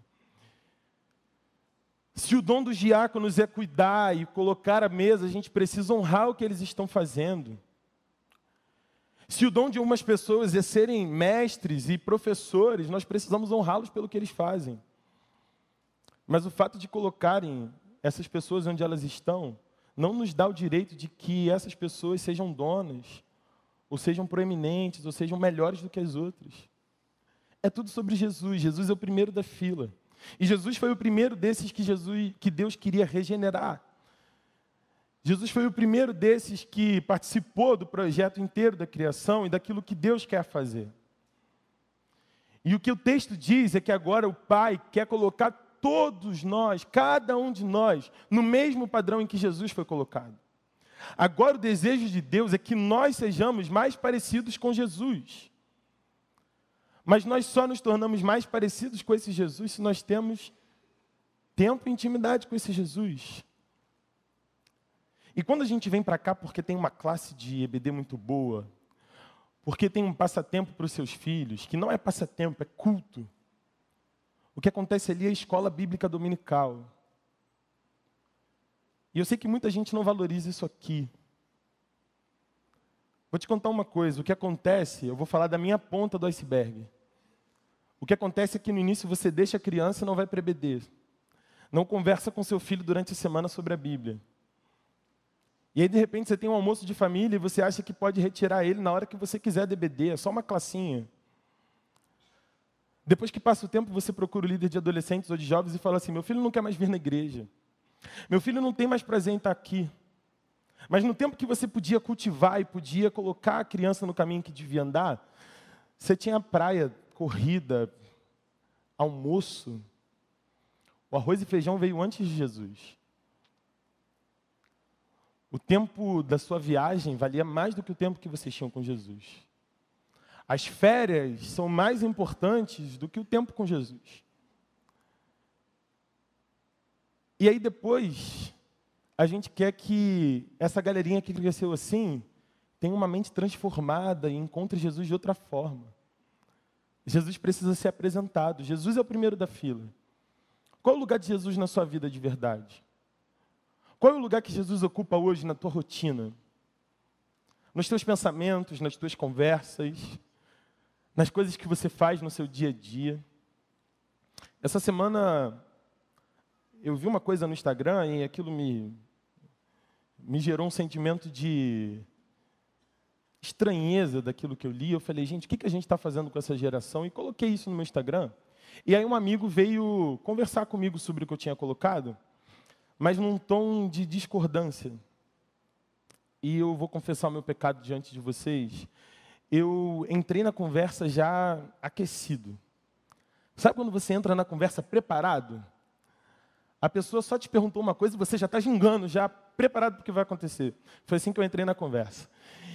Se o dom dos diáconos é cuidar e colocar a mesa, a gente precisa honrar o que eles estão fazendo. Se o dom de algumas pessoas é serem mestres e professores, nós precisamos honrá-los pelo que eles fazem. Mas o fato de colocarem essas pessoas onde elas estão, não nos dá o direito de que essas pessoas sejam donas, ou sejam proeminentes, ou sejam melhores do que as outras. É tudo sobre Jesus. Jesus é o primeiro da fila. E Jesus foi o primeiro desses que, Jesus, que Deus queria regenerar. Jesus foi o primeiro desses que participou do projeto inteiro da criação e daquilo que Deus quer fazer. E o que o texto diz é que agora o Pai quer colocar todos nós, cada um de nós, no mesmo padrão em que Jesus foi colocado. Agora o desejo de Deus é que nós sejamos mais parecidos com Jesus. Mas nós só nos tornamos mais parecidos com esse Jesus se nós temos tempo e intimidade com esse Jesus. E quando a gente vem para cá porque tem uma classe de E B D muito boa, porque tem um passatempo para os seus filhos, que não é passatempo, é culto. O que acontece ali é a escola bíblica dominical. E eu sei que muita gente não valoriza isso aqui. Vou te contar uma coisa, o que acontece, eu vou falar da minha ponta do iceberg. O que acontece é que no início você deixa a criança e não vai para E B D. Não conversa com seu filho durante a semana sobre a Bíblia. E aí, de repente, você tem um almoço de família e você acha que pode retirar ele na hora que você quiser do E B D, é só uma classinha. Depois que passa o tempo, você procura o líder de adolescentes ou de jovens e fala assim, meu filho não quer mais vir na igreja. Meu filho não tem mais prazer em estar aqui. Mas no tempo que você podia cultivar e podia colocar a criança no caminho que devia andar, você tinha praia, corrida, almoço. O arroz e feijão veio antes de Jesus. O tempo da sua viagem valia mais do que o tempo que vocês tinham com Jesus. As férias são mais importantes do que o tempo com Jesus. E aí depois, a gente quer que essa galerinha que cresceu assim tenha uma mente transformada e encontre Jesus de outra forma. Jesus precisa ser apresentado. Jesus é o primeiro da fila. Qual é o lugar de Jesus na sua vida de verdade? Qual é o lugar que Jesus ocupa hoje na tua rotina? Nos teus pensamentos, nas tuas conversas, nas coisas que você faz no seu dia a dia. Essa semana eu vi uma coisa no Instagram e aquilo me, me gerou um sentimento de estranheza daquilo que eu li. Eu falei, gente, o que a gente está fazendo com essa geração? E coloquei isso no meu Instagram. E aí um amigo veio conversar comigo sobre o que eu tinha colocado, mas num tom de discordância. E eu vou confessar o meu pecado diante de vocês. Eu entrei na conversa já aquecido. Sabe quando você entra na conversa preparado? A pessoa só te perguntou uma coisa e você já está gingando, já preparado para o que vai acontecer. Foi assim que eu entrei na conversa.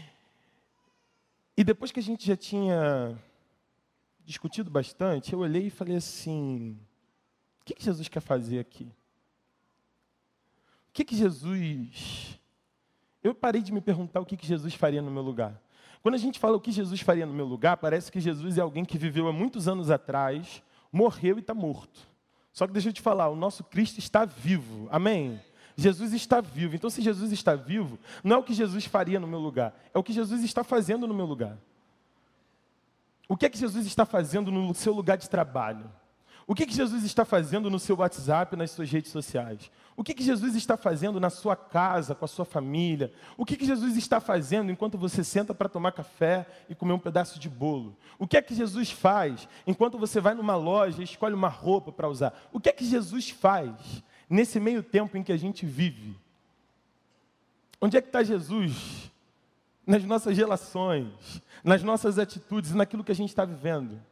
E depois que a gente já tinha discutido bastante, eu olhei e falei assim, o que, que Jesus quer fazer aqui? O que, que Jesus... Eu parei de me perguntar o que, que Jesus faria no meu lugar. Quando a gente fala o que Jesus faria no meu lugar, parece que Jesus é alguém que viveu há muitos anos atrás, morreu e está morto. Só que deixa eu te falar, o nosso Cristo está vivo. Amém? Jesus está vivo. Então, se Jesus está vivo, não é o que Jesus faria no meu lugar, é o que Jesus está fazendo no meu lugar. O que é que Jesus está fazendo no seu lugar de trabalho? O que é que Jesus está fazendo no seu WhatsApp, nas suas redes sociais? O que é que Jesus está fazendo na sua casa, com a sua família? O que é que Jesus está fazendo enquanto você senta para tomar café e comer um pedaço de bolo? O que é que Jesus faz enquanto você vai numa loja e escolhe uma roupa para usar? O que é que Jesus faz nesse meio tempo em que a gente vive? Onde é que está Jesus? Nas nossas relações, nas nossas atitudes, naquilo que a gente está vivendo.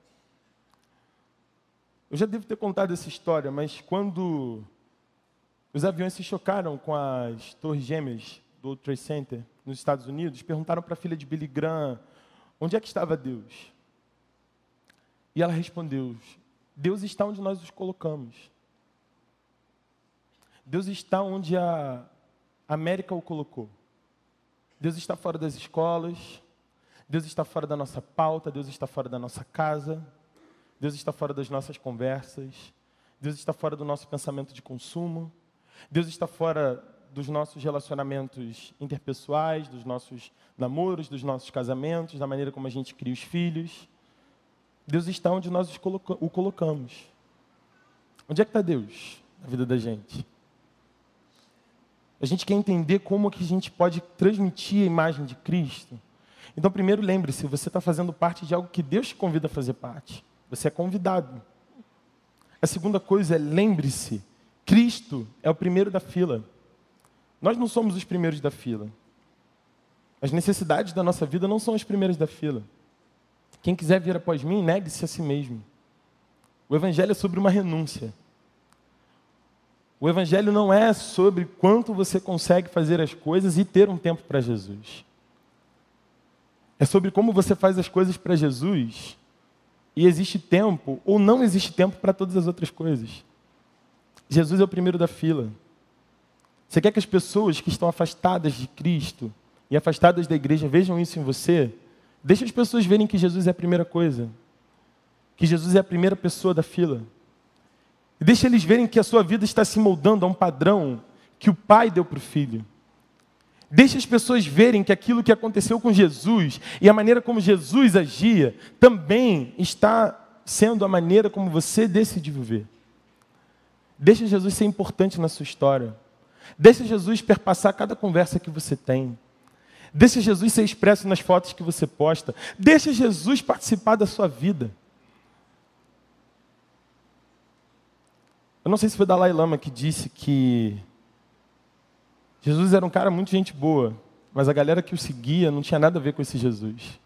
Eu já devo ter contado essa história, mas quando os aviões se chocaram com as torres gêmeas do World Trade Center nos Estados Unidos, perguntaram para a filha de Billy Graham, onde é que estava Deus? E ela respondeu, Deus está onde nós os colocamos. Deus está onde a América o colocou. Deus está fora das escolas, Deus está fora da nossa pauta, Deus está fora da nossa casa, Deus está fora das nossas conversas, Deus está fora do nosso pensamento de consumo, Deus está fora dos nossos relacionamentos interpessoais, dos nossos namoros, dos nossos casamentos, da maneira como a gente cria os filhos. Deus está onde nós o colocamos. Onde é que está Deus na vida da gente? A gente quer entender como que a gente pode transmitir a imagem de Cristo. Então, primeiro, lembre-se, você está fazendo parte de algo que Deus te convida a fazer parte. Você é convidado. A segunda coisa é, lembre-se, Cristo é o primeiro da fila. Nós não somos os primeiros da fila. As necessidades da nossa vida não são as primeiras da fila. Quem quiser vir após mim, negue-se a si mesmo. O Evangelho é sobre uma renúncia. O Evangelho não é sobre quanto você consegue fazer as coisas e ter um tempo para Jesus. É sobre como você faz as coisas para Jesus e existe tempo ou não existe tempo para todas as outras coisas. Jesus é o primeiro da fila. Você quer que as pessoas que estão afastadas de Cristo e afastadas da igreja vejam isso em você? Deixa as pessoas verem que Jesus é a primeira coisa. Que Jesus é a primeira pessoa da fila. E deixa eles verem que a sua vida está se moldando a um padrão que o Pai deu para o Filho. Deixa as pessoas verem que aquilo que aconteceu com Jesus e a maneira como Jesus agia também está sendo a maneira como você decide viver. Deixa Jesus ser importante na sua história. Deixa Jesus perpassar cada conversa que você tem. Deixa Jesus ser expresso nas fotos que você posta. Deixa Jesus participar da sua vida. Eu não sei se foi Dalai Lama que disse que Jesus era um cara muito gente boa, mas a galera que o seguia não tinha nada a ver com esse Jesus.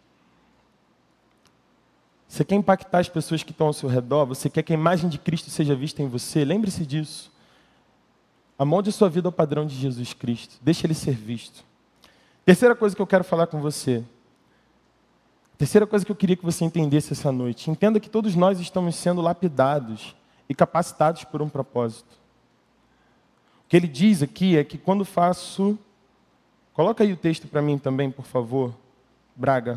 Você quer impactar as pessoas que estão ao seu redor? Você quer que a imagem de Cristo seja vista em você? Lembre-se disso. Amolde a sua vida ao padrão de Jesus Cristo. Deixe ele ser visto. Terceira coisa que eu quero falar com você. Terceira coisa que eu queria que você entendesse essa noite. Entenda que todos nós estamos sendo lapidados e capacitados por um propósito. O que ele diz aqui é que quando faço... Coloca aí o texto para mim também, por favor, Braga.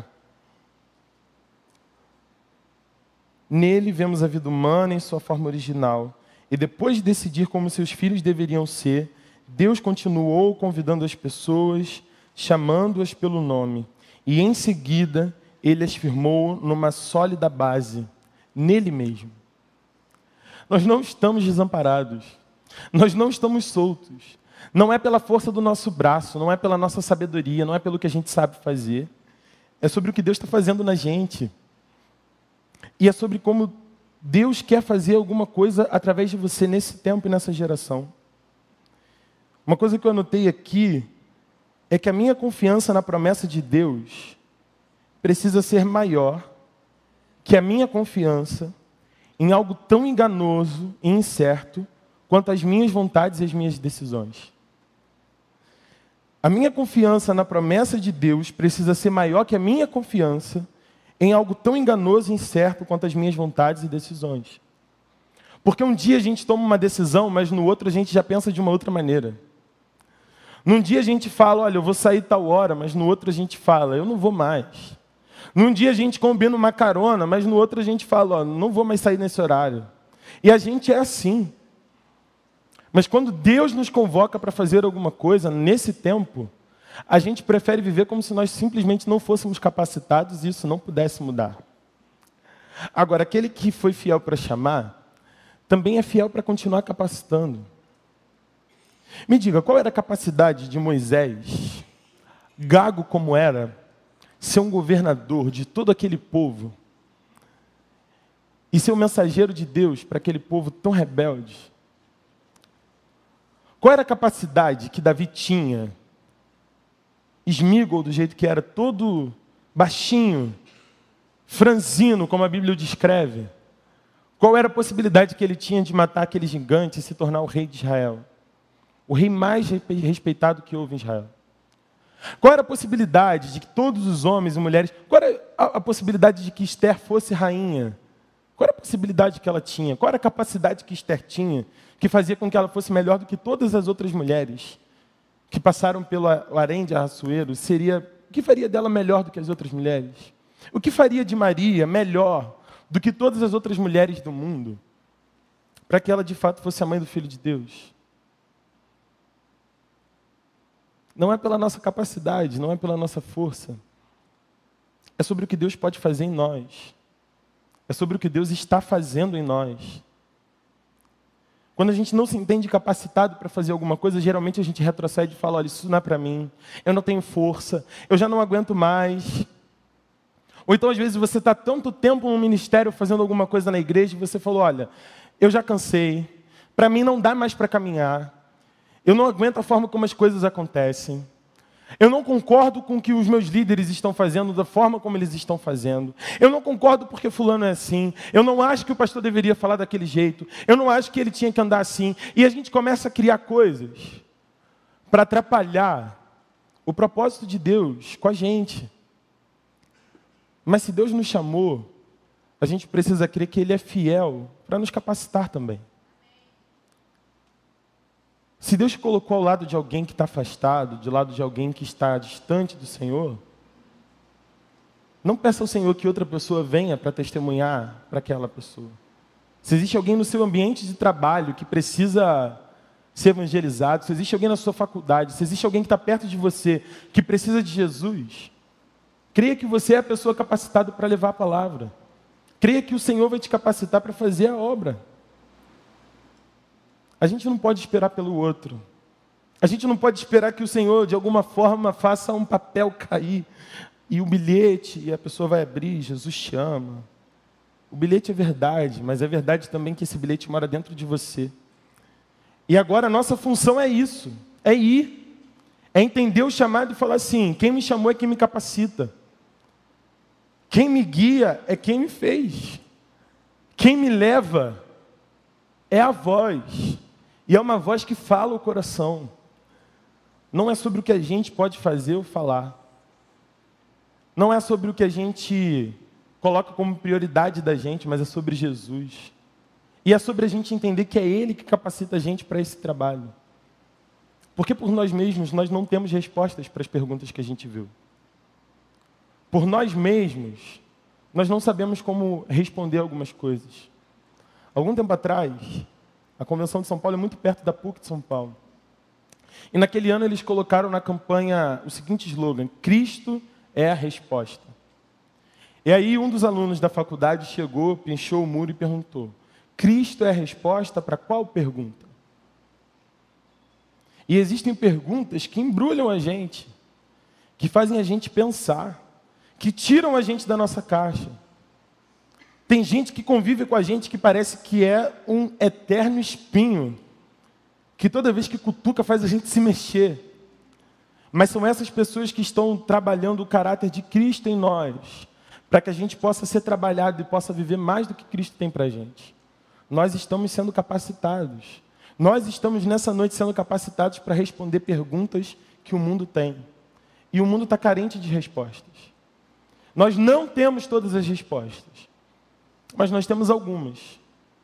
Nele vemos a vida humana em sua forma original. E depois de decidir como seus filhos deveriam ser, Deus continuou convidando as pessoas, chamando-as pelo nome. E em seguida, ele as firmou numa sólida base, nele mesmo. Nós não estamos desamparados. Nós não estamos soltos. Não é pela força do nosso braço, não é pela nossa sabedoria, não é pelo que a gente sabe fazer. É sobre o que Deus está fazendo na gente. E é sobre como Deus quer fazer alguma coisa através de você nesse tempo e nessa geração. Uma coisa que eu anotei aqui é que a minha confiança na promessa de Deus precisa ser maior que a minha confiança em algo tão enganoso e incerto quanto as minhas vontades e as minhas decisões. A minha confiança na promessa de Deus precisa ser maior que a minha confiança em algo tão enganoso e incerto quanto as minhas vontades e decisões. Porque um dia a gente toma uma decisão, mas no outro a gente já pensa de uma outra maneira. Num dia a gente fala, olha, eu vou sair tal hora, mas no outro a gente fala, eu não vou mais. Num dia a gente combina uma carona, mas no outro a gente fala, ó, não vou mais sair nesse horário. E a gente é assim. Mas quando Deus nos convoca para fazer alguma coisa, nesse tempo, a gente prefere viver como se nós simplesmente não fôssemos capacitados e isso não pudesse mudar. Agora, aquele que foi fiel para chamar, também é fiel para continuar capacitando. Me diga, qual era a capacidade de Moisés, gago como era, ser um governador de todo aquele povo e ser um mensageiro de Deus para aquele povo tão rebelde? Qual era a capacidade que Davi tinha, esmígol do jeito que era, todo baixinho, franzino, como a Bíblia o descreve? Qual era a possibilidade que ele tinha de matar aquele gigante e se tornar o rei de Israel? O rei mais respeitado que houve em Israel. Qual era a possibilidade de que todos os homens e mulheres... Qual era a, a possibilidade de que Esther fosse rainha? Qual era a possibilidade que ela tinha? Qual era a capacidade que Esther tinha que fazia com que ela fosse melhor do que todas as outras mulheres que passaram pelo harém de Ahasuero? Seria, o que faria dela melhor do que as outras mulheres? O que faria de Maria melhor do que todas as outras mulheres do mundo para que ela de fato fosse a mãe do Filho de Deus? Não é pela nossa capacidade, não é pela nossa força. É sobre o que Deus pode fazer em nós. É sobre o que Deus está fazendo em nós. Quando a gente não se entende capacitado para fazer alguma coisa, geralmente a gente retrocede e fala, olha, isso não é para mim, eu não tenho força, eu já não aguento mais. Ou então, às vezes, você está tanto tempo no ministério fazendo alguma coisa na igreja e você falou, olha, eu já cansei, para mim não dá mais para caminhar, eu não aguento a forma como as coisas acontecem. Eu não concordo com o que os meus líderes estão fazendo, da forma como eles estão fazendo. Eu não concordo porque fulano é assim. Eu não acho que o pastor deveria falar daquele jeito. Eu não acho que ele tinha que andar assim. E a gente começa a criar coisas para atrapalhar o propósito de Deus com a gente. Mas se Deus nos chamou, a gente precisa crer que Ele é fiel para nos capacitar também. Se Deus te colocou ao lado de alguém que está afastado, do lado de alguém que está distante do Senhor, não peça ao Senhor que outra pessoa venha para testemunhar para aquela pessoa. Se existe alguém no seu ambiente de trabalho que precisa ser evangelizado, se existe alguém na sua faculdade, se existe alguém que está perto de você que precisa de Jesus, creia que você é a pessoa capacitada para levar a palavra. Creia que o Senhor vai te capacitar para fazer a obra. A gente não pode esperar pelo outro. A gente não pode esperar que o Senhor, de alguma forma, faça um papel cair e o bilhete, e a pessoa vai abrir, Jesus chama. O bilhete é verdade, mas é verdade também que esse bilhete mora dentro de você. E agora a nossa função é isso, é ir, é entender o chamado e falar assim, quem me chamou é quem me capacita. Quem me guia é quem me fez. Quem me leva é a voz. E é uma voz que fala o coração. Não é sobre o que a gente pode fazer ou falar. Não é sobre o que a gente coloca como prioridade da gente, mas é sobre Jesus. E é sobre a gente entender que é Ele que capacita a gente para esse trabalho. Porque por nós mesmos nós não temos respostas para as perguntas que a gente viu. Por nós mesmos, nós não sabemos como responder algumas coisas. Algum tempo atrás, a Convenção de São Paulo é muito perto da P U C de São Paulo. E naquele ano eles colocaram na campanha o seguinte slogan: Cristo é a resposta. E aí um dos alunos da faculdade chegou, pinchou o muro e perguntou: Cristo é a resposta para qual pergunta? E existem perguntas que embrulham a gente, que fazem a gente pensar, que tiram a gente da nossa caixa. Tem gente que convive com a gente que parece que é um eterno espinho, que toda vez que cutuca faz a gente se mexer. Mas são essas pessoas que estão trabalhando o caráter de Cristo em nós, para que a gente possa ser trabalhado e possa viver mais do que Cristo tem para a gente. Nós estamos sendo capacitados. Nós estamos nessa noite sendo capacitados para responder perguntas que o mundo tem. E o mundo está carente de respostas. Nós não temos todas as respostas, mas nós temos algumas.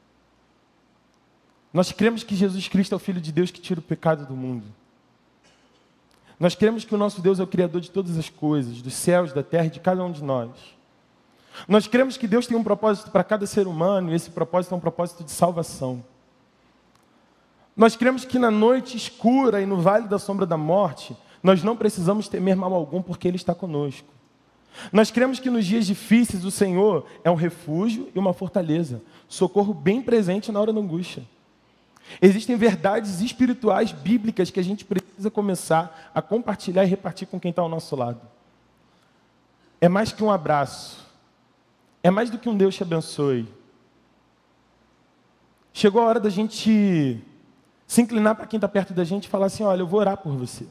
Nós cremos que Jesus Cristo é o Filho de Deus que tira o pecado do mundo. Nós cremos que o nosso Deus é o Criador de todas as coisas, dos céus, da terra e de cada um de nós. Nós cremos que Deus tem um propósito para cada ser humano e esse propósito é um propósito de salvação. Nós cremos que na noite escura e no vale da sombra da morte, nós não precisamos temer mal algum porque Ele está conosco. Nós cremos que nos dias difíceis o Senhor é um refúgio e uma fortaleza, socorro bem presente na hora da angústia. Existem verdades espirituais bíblicas que a gente precisa começar a compartilhar e repartir com quem está ao nosso lado. É mais que um abraço. É mais do que um Deus te abençoe. Chegou a hora da gente se inclinar para quem está perto da gente e falar assim: olha, eu vou orar por você.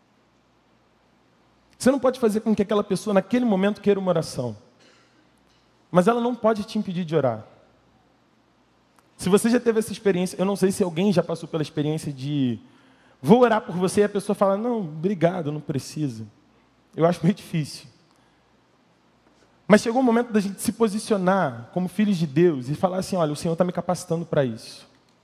Você não pode fazer com que aquela pessoa naquele momento queira uma oração, mas ela não pode te impedir de orar. Se você já teve essa experiência, eu não sei se alguém já passou pela experiência de vou orar por você e a pessoa fala: não, obrigado, não precisa. Eu acho meio difícil. Mas chegou o momento da gente se posicionar como filhos de Deus e falar assim: olha, o Senhor está me capacitando para isso.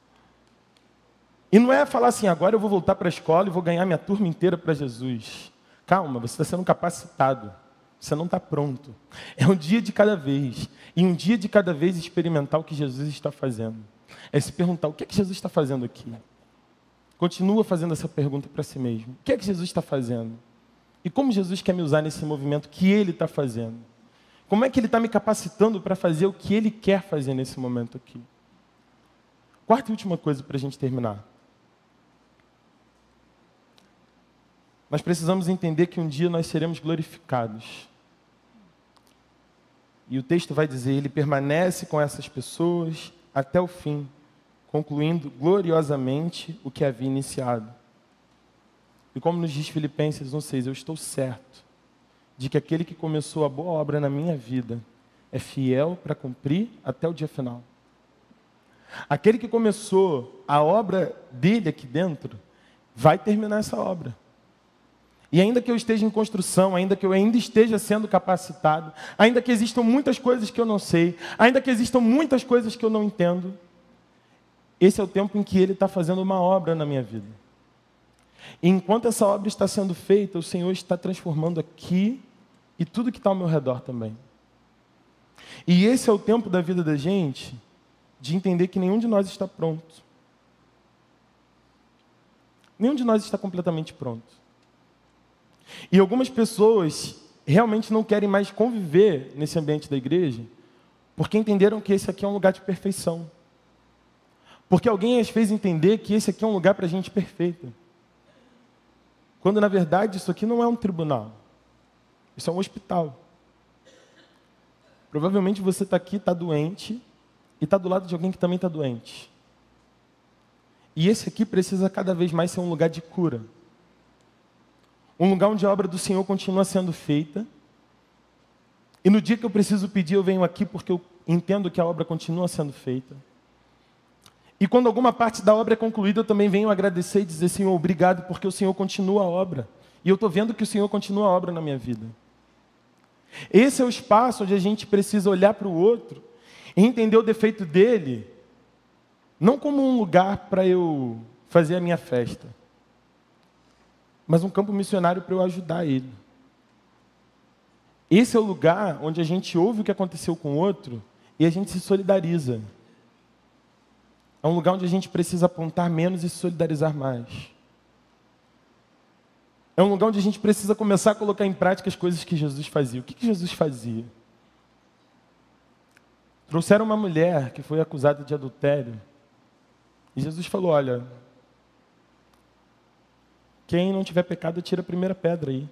E não é falar assim: agora eu vou voltar para a escola e vou ganhar minha turma inteira para Jesus. Calma, você está sendo capacitado. Você não está pronto. É um dia de cada vez. E um dia de cada vez experimentar o que Jesus está fazendo. É se perguntar: o que é que Jesus está fazendo aqui? Continua fazendo essa pergunta para si mesmo. O que é que Jesus está fazendo? E como Jesus quer me usar nesse movimento que Ele está fazendo? Como é que Ele está me capacitando para fazer o que Ele quer fazer nesse momento aqui? Quarta e última coisa para a gente terminar. Nós precisamos entender que um dia nós seremos glorificados. E o texto vai dizer: Ele permanece com essas pessoas até o fim, concluindo gloriosamente o que havia iniciado. E como nos diz Filipenses um seis, eu estou certo de que aquele que começou a boa obra na minha vida é fiel para cumprir até o dia final. Aquele que começou a obra dele aqui dentro vai terminar essa obra. E ainda que eu esteja em construção, ainda que eu ainda esteja sendo capacitado, ainda que existam muitas coisas que eu não sei, ainda que existam muitas coisas que eu não entendo, esse é o tempo em que Ele está fazendo uma obra na minha vida. E enquanto essa obra está sendo feita, o Senhor está transformando aqui e tudo que está ao meu redor também. E esse é o tempo da vida da gente de entender que nenhum de nós está pronto. Nenhum de nós está completamente pronto. E algumas pessoas realmente não querem mais conviver nesse ambiente da igreja porque entenderam que esse aqui é um lugar de perfeição. Porque alguém as fez entender que esse aqui é um lugar para gente perfeita. Quando, na verdade, isso aqui não é um tribunal. Isso é um hospital. Provavelmente você está aqui, está doente, e está do lado de alguém que também está doente. E esse aqui precisa cada vez mais ser um lugar de cura. Um lugar onde a obra do Senhor continua sendo feita. E no dia que eu preciso pedir, eu venho aqui porque eu entendo que a obra continua sendo feita. E quando alguma parte da obra é concluída, eu também venho agradecer e dizer: Senhor, obrigado, porque o Senhor continua a obra. E eu estou vendo que o Senhor continua a obra na minha vida. Esse é o espaço onde a gente precisa olhar para o outro e entender o defeito dele, não como um lugar para eu fazer a minha festa, mas um campo missionário para eu ajudar ele. Esse é o lugar onde a gente ouve o que aconteceu com o outro e a gente se solidariza. É um lugar onde a gente precisa apontar menos e se solidarizar mais. É um lugar onde a gente precisa começar a colocar em prática as coisas que Jesus fazia. O que que Jesus fazia? Trouxeram uma mulher que foi acusada de adultério. E Jesus falou, olha, quem não tiver pecado, tira a primeira pedra aí.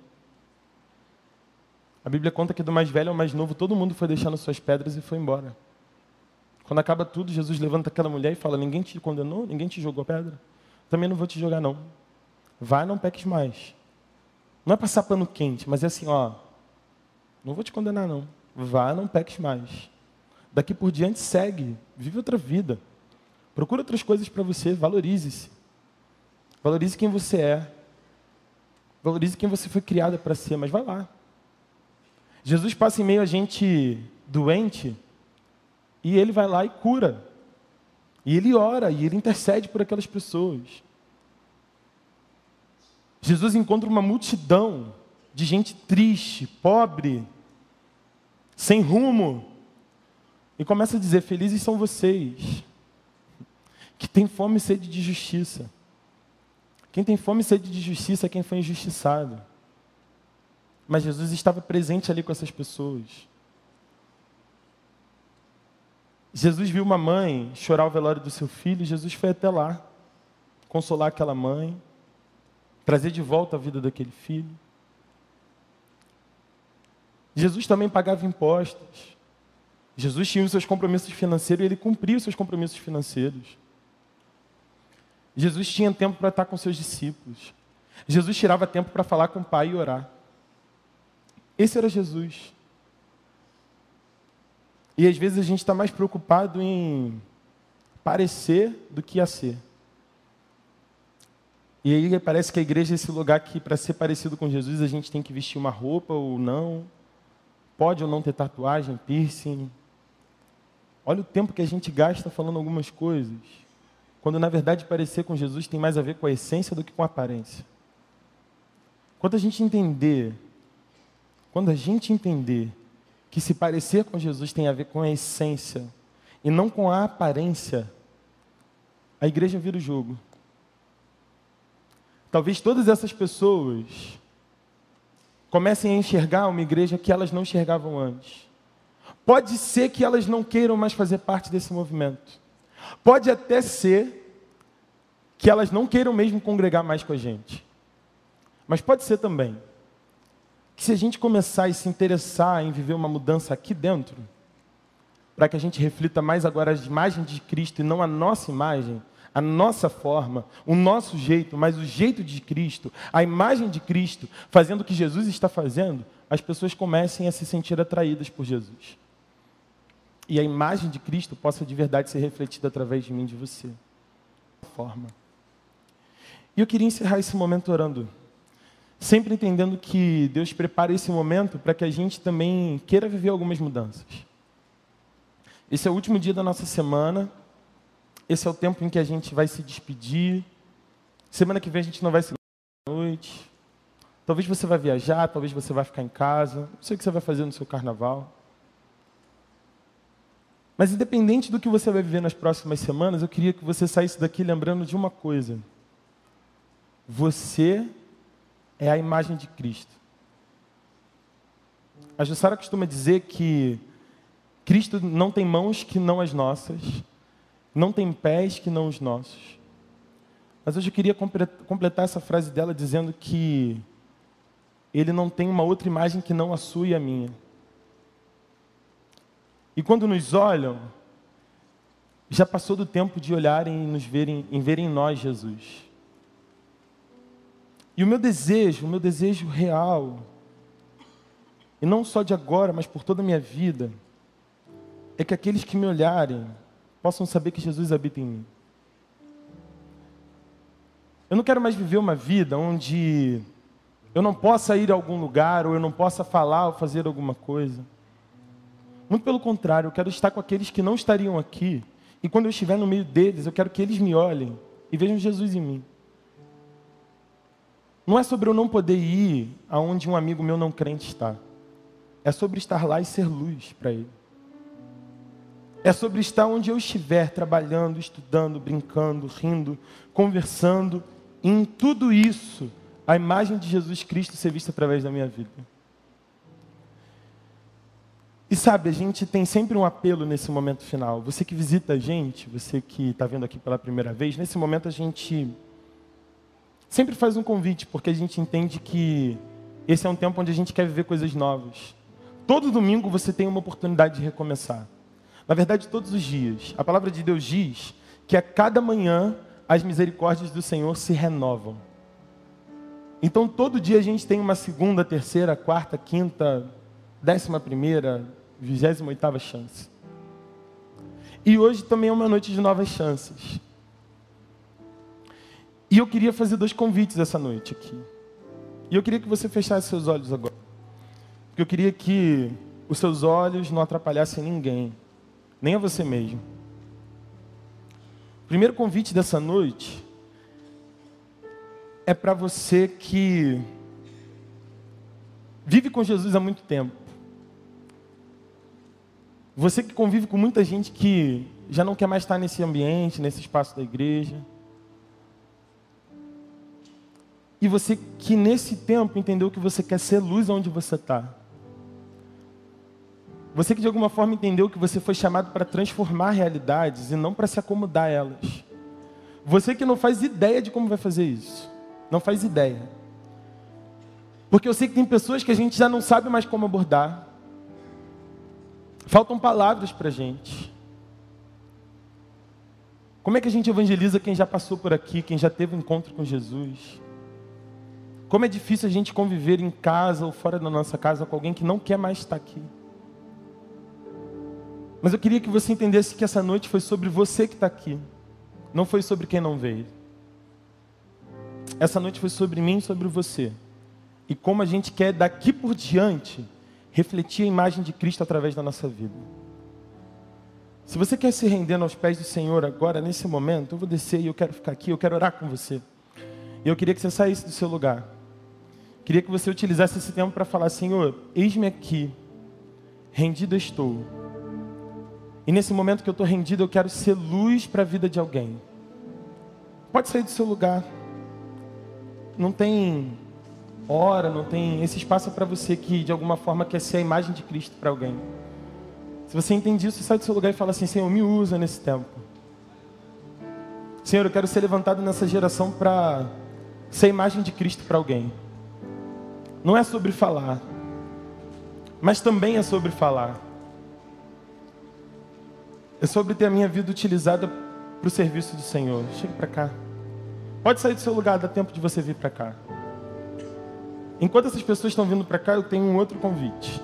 A Bíblia conta que do mais velho ao mais novo, todo mundo foi deixando suas pedras e foi embora. Quando acaba tudo, Jesus levanta aquela mulher e fala, ninguém te condenou? Ninguém te jogou pedra? Também não vou te jogar, não. Vai, não peques mais. Não é passar pano quente, mas é assim, ó, não vou te condenar, não. Vai, não peques mais. Daqui por diante, segue, vive outra vida. Procura outras coisas para você, valorize-se. Valorize quem você é. Valorize quem você foi criada para ser, mas vai lá. Jesus passa em meio a gente doente e ele vai lá e cura. E ele ora, e ele intercede por aquelas pessoas. Jesus encontra uma multidão de gente triste, pobre, sem rumo. E começa a dizer, felizes são vocês, que têm fome e sede de justiça. Quem tem fome e sede de justiça é quem foi injustiçado. Mas Jesus estava presente ali com essas pessoas. Jesus viu uma mãe chorar o velório do seu filho, e Jesus foi até lá, consolar aquela mãe, trazer de volta a vida daquele filho. Jesus também pagava impostos. Jesus tinha os seus compromissos financeiros e ele cumpria os seus compromissos financeiros. Jesus tinha tempo para estar com seus discípulos. Jesus tirava tempo para falar com o Pai e orar. Esse era Jesus. E às vezes a gente está mais preocupado em parecer do que a ser. E aí parece que a igreja é esse lugar que, para ser parecido com Jesus, a gente tem que vestir uma roupa ou não. Pode ou não ter tatuagem, piercing. Olha o tempo que a gente gasta falando algumas coisas. Quando, na verdade, parecer com Jesus tem mais a ver com a essência do que com a aparência. Quando a gente entender, quando a gente entender que se parecer com Jesus tem a ver com a essência e não com a aparência, a igreja vira o jogo. Talvez todas essas pessoas comecem a enxergar uma igreja que elas não enxergavam antes. Pode ser que elas não queiram mais fazer parte desse movimento. Pode até ser que elas não queiram mesmo congregar mais com a gente. Mas pode ser também que se a gente começar a se interessar em viver uma mudança aqui dentro, para que a gente reflita mais agora a imagem de Cristo e não a nossa imagem, a nossa forma, o nosso jeito, mas o jeito de Cristo, a imagem de Cristo, fazendo o que Jesus está fazendo, as pessoas comecem a se sentir atraídas por Jesus. E a imagem de Cristo possa de verdade ser refletida através de mim, de você. Forma. E eu queria encerrar esse momento orando, sempre entendendo que Deus prepara esse momento para que a gente também queira viver algumas mudanças. Esse é o último dia da nossa semana. Esse é o tempo em que a gente vai se despedir. Semana que vem a gente não vai se à noite. Talvez você vai viajar, talvez você vai ficar em casa. Não sei o que você vai fazer no seu carnaval. Mas independente do que você vai viver nas próximas semanas, eu queria que você saísse daqui lembrando de uma coisa. Você é a imagem de Cristo. A Jussara costuma dizer que Cristo não tem mãos que não as nossas, não tem pés que não os nossos. Mas hoje eu queria completar essa frase dela dizendo que Ele não tem uma outra imagem que não a sua e a minha. E quando nos olham, já passou do tempo de olharem e nos verem, em verem em nós Jesus. E o meu desejo, o meu desejo real, e não só de agora, mas por toda a minha vida, é que aqueles que me olharem possam saber que Jesus habita em mim. Eu não quero mais viver uma vida onde eu não possa ir a algum lugar, ou eu não possa falar ou fazer alguma coisa. Muito pelo contrário, eu quero estar com aqueles que não estariam aqui, e quando eu estiver no meio deles, eu quero que eles me olhem e vejam Jesus em mim. Não é sobre eu não poder ir aonde um amigo meu não crente está. É sobre estar lá e ser luz para ele. É sobre estar onde eu estiver, trabalhando, estudando, brincando, rindo, conversando. E em tudo isso, a imagem de Jesus Cristo ser vista através da minha vida. E sabe, a gente tem sempre um apelo nesse momento final. Você que visita a gente, você que está vendo aqui pela primeira vez, nesse momento a gente sempre faz um convite, porque a gente entende que esse é um tempo onde a gente quer viver coisas novas. Todo domingo você tem uma oportunidade de recomeçar. Na verdade, todos os dias. A palavra de Deus diz que a cada manhã as misericórdias do Senhor se renovam. Então, todo dia a gente tem uma segunda, terceira, quarta, quinta, décima primeira, vigésima oitava chance. E hoje também é uma noite de novas chances. E eu queria fazer dois convites essa noite aqui. E eu queria que você fechasse seus olhos agora. Porque eu queria que os seus olhos não atrapalhassem ninguém. Nem a você mesmo. O primeiro convite dessa noite é para você que vive com Jesus há muito tempo. Você que convive com muita gente que já não quer mais estar nesse ambiente, nesse espaço da igreja. E você que nesse tempo entendeu que você quer ser luz onde você está. Você que de alguma forma entendeu que você foi chamado para transformar realidades e não para se acomodar a elas. Você que não faz ideia de como vai fazer isso. Não faz ideia. Porque eu sei que tem pessoas que a gente já não sabe mais como abordar. Faltam palavras para a gente. Como é que a gente evangeliza quem já passou por aqui, quem já teve um encontro com Jesus? Como é difícil a gente conviver em casa ou fora da nossa casa com alguém que não quer mais estar aqui. Mas eu queria que você entendesse que essa noite foi sobre você que está aqui. Não foi sobre quem não veio. Essa noite foi sobre mim e sobre você. E como a gente quer daqui por diante refletir a imagem de Cristo através da nossa vida. Se você quer se render aos pés do Senhor agora, nesse momento, eu vou descer e eu quero ficar aqui, eu quero orar com você. E eu queria que você saísse do seu lugar. Queria que você utilizasse esse tempo para falar: Senhor, eis-me aqui, rendido estou. E nesse momento que eu estou rendido, eu quero ser luz para a vida de alguém. Pode sair do seu lugar. Não tem hora, não tem... Esse espaço é para você que de alguma forma quer ser a imagem de Cristo para alguém. Se você entende isso, sai do seu lugar e fala assim: Senhor, me usa nesse tempo. Senhor, eu quero ser levantado nessa geração para ser a imagem de Cristo para alguém. Não é sobre falar, mas também é sobre falar. É sobre ter a minha vida utilizada para o serviço do Senhor. Chega para cá. Pode sair do seu lugar, dá tempo de você vir para cá. Enquanto essas pessoas estão vindo para cá, eu tenho um outro convite.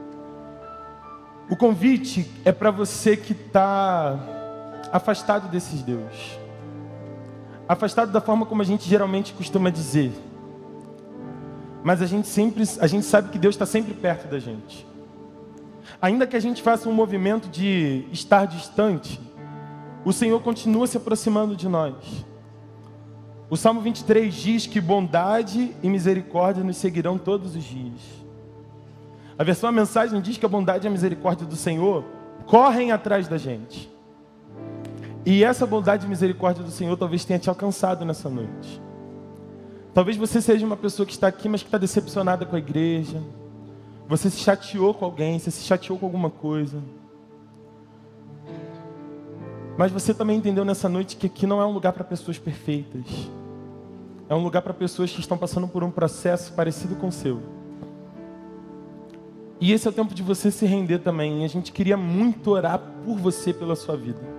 O convite é para você que está afastado desses Deus. Afastado da forma como a gente geralmente costuma dizer. Mas a gente sempre, a gente sabe que Deus está sempre perto da gente. Ainda que a gente faça um movimento de estar distante, o Senhor continua se aproximando de nós. O Salmo vinte e três diz que bondade e misericórdia nos seguirão todos os dias. A versão A Mensagem diz que a bondade e a misericórdia do Senhor correm atrás da gente. E essa bondade e misericórdia do Senhor talvez tenha te alcançado nessa noite. Talvez você seja uma pessoa que está aqui, mas que está decepcionada com a igreja. Você se chateou com alguém, você se chateou com alguma coisa. Mas você também entendeu nessa noite que aqui não é um lugar para pessoas perfeitas. É um lugar para pessoas que estão passando por um processo parecido com o seu. E esse é o tempo de você se render também. E a gente queria muito orar por você, pela sua vida.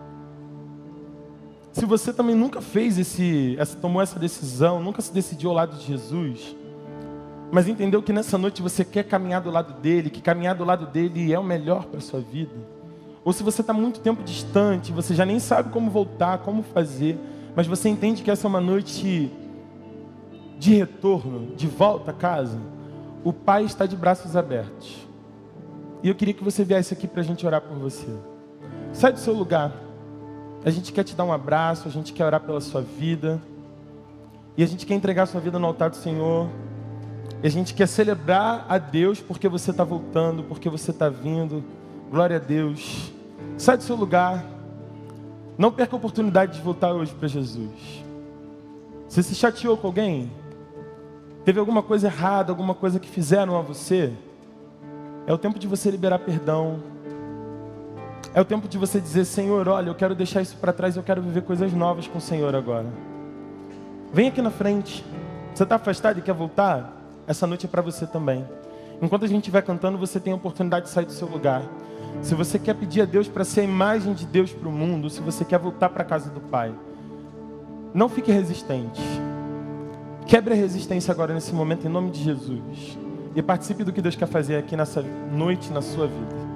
Se você também nunca fez esse, essa, tomou essa decisão, nunca se decidiu ao lado de Jesus, mas entendeu que nessa noite você quer caminhar do lado dele, que caminhar do lado dele é o melhor para a sua vida. Ou se você está muito tempo distante, você já nem sabe como voltar, como fazer, mas você entende que essa é uma noite de retorno, de volta a casa, o Pai está de braços abertos. E eu queria que você viesse aqui para a gente orar por você. Sai do seu lugar. A gente quer te dar um abraço, a gente quer orar pela sua vida. E a gente quer entregar a sua vida no altar do Senhor. E a gente quer celebrar a Deus porque você está voltando, porque você está vindo. Glória a Deus. Sai do seu lugar. Não perca a oportunidade de voltar hoje para Jesus. Você se chateou com alguém? Teve alguma coisa errada, alguma coisa que fizeram a você? É o tempo de você liberar perdão. É o tempo de você dizer, Senhor, olha, eu quero deixar isso para trás, eu quero viver coisas novas com o Senhor agora. Vem aqui na frente. Você está afastado e quer voltar? Essa noite é para você também. Enquanto a gente estiver cantando, você tem a oportunidade de sair do seu lugar. Se você quer pedir a Deus para ser a imagem de Deus para o mundo, se você quer voltar para a casa do Pai, não fique resistente. Quebre a resistência agora nesse momento, em nome de Jesus. E participe do que Deus quer fazer aqui nessa noite, na sua vida.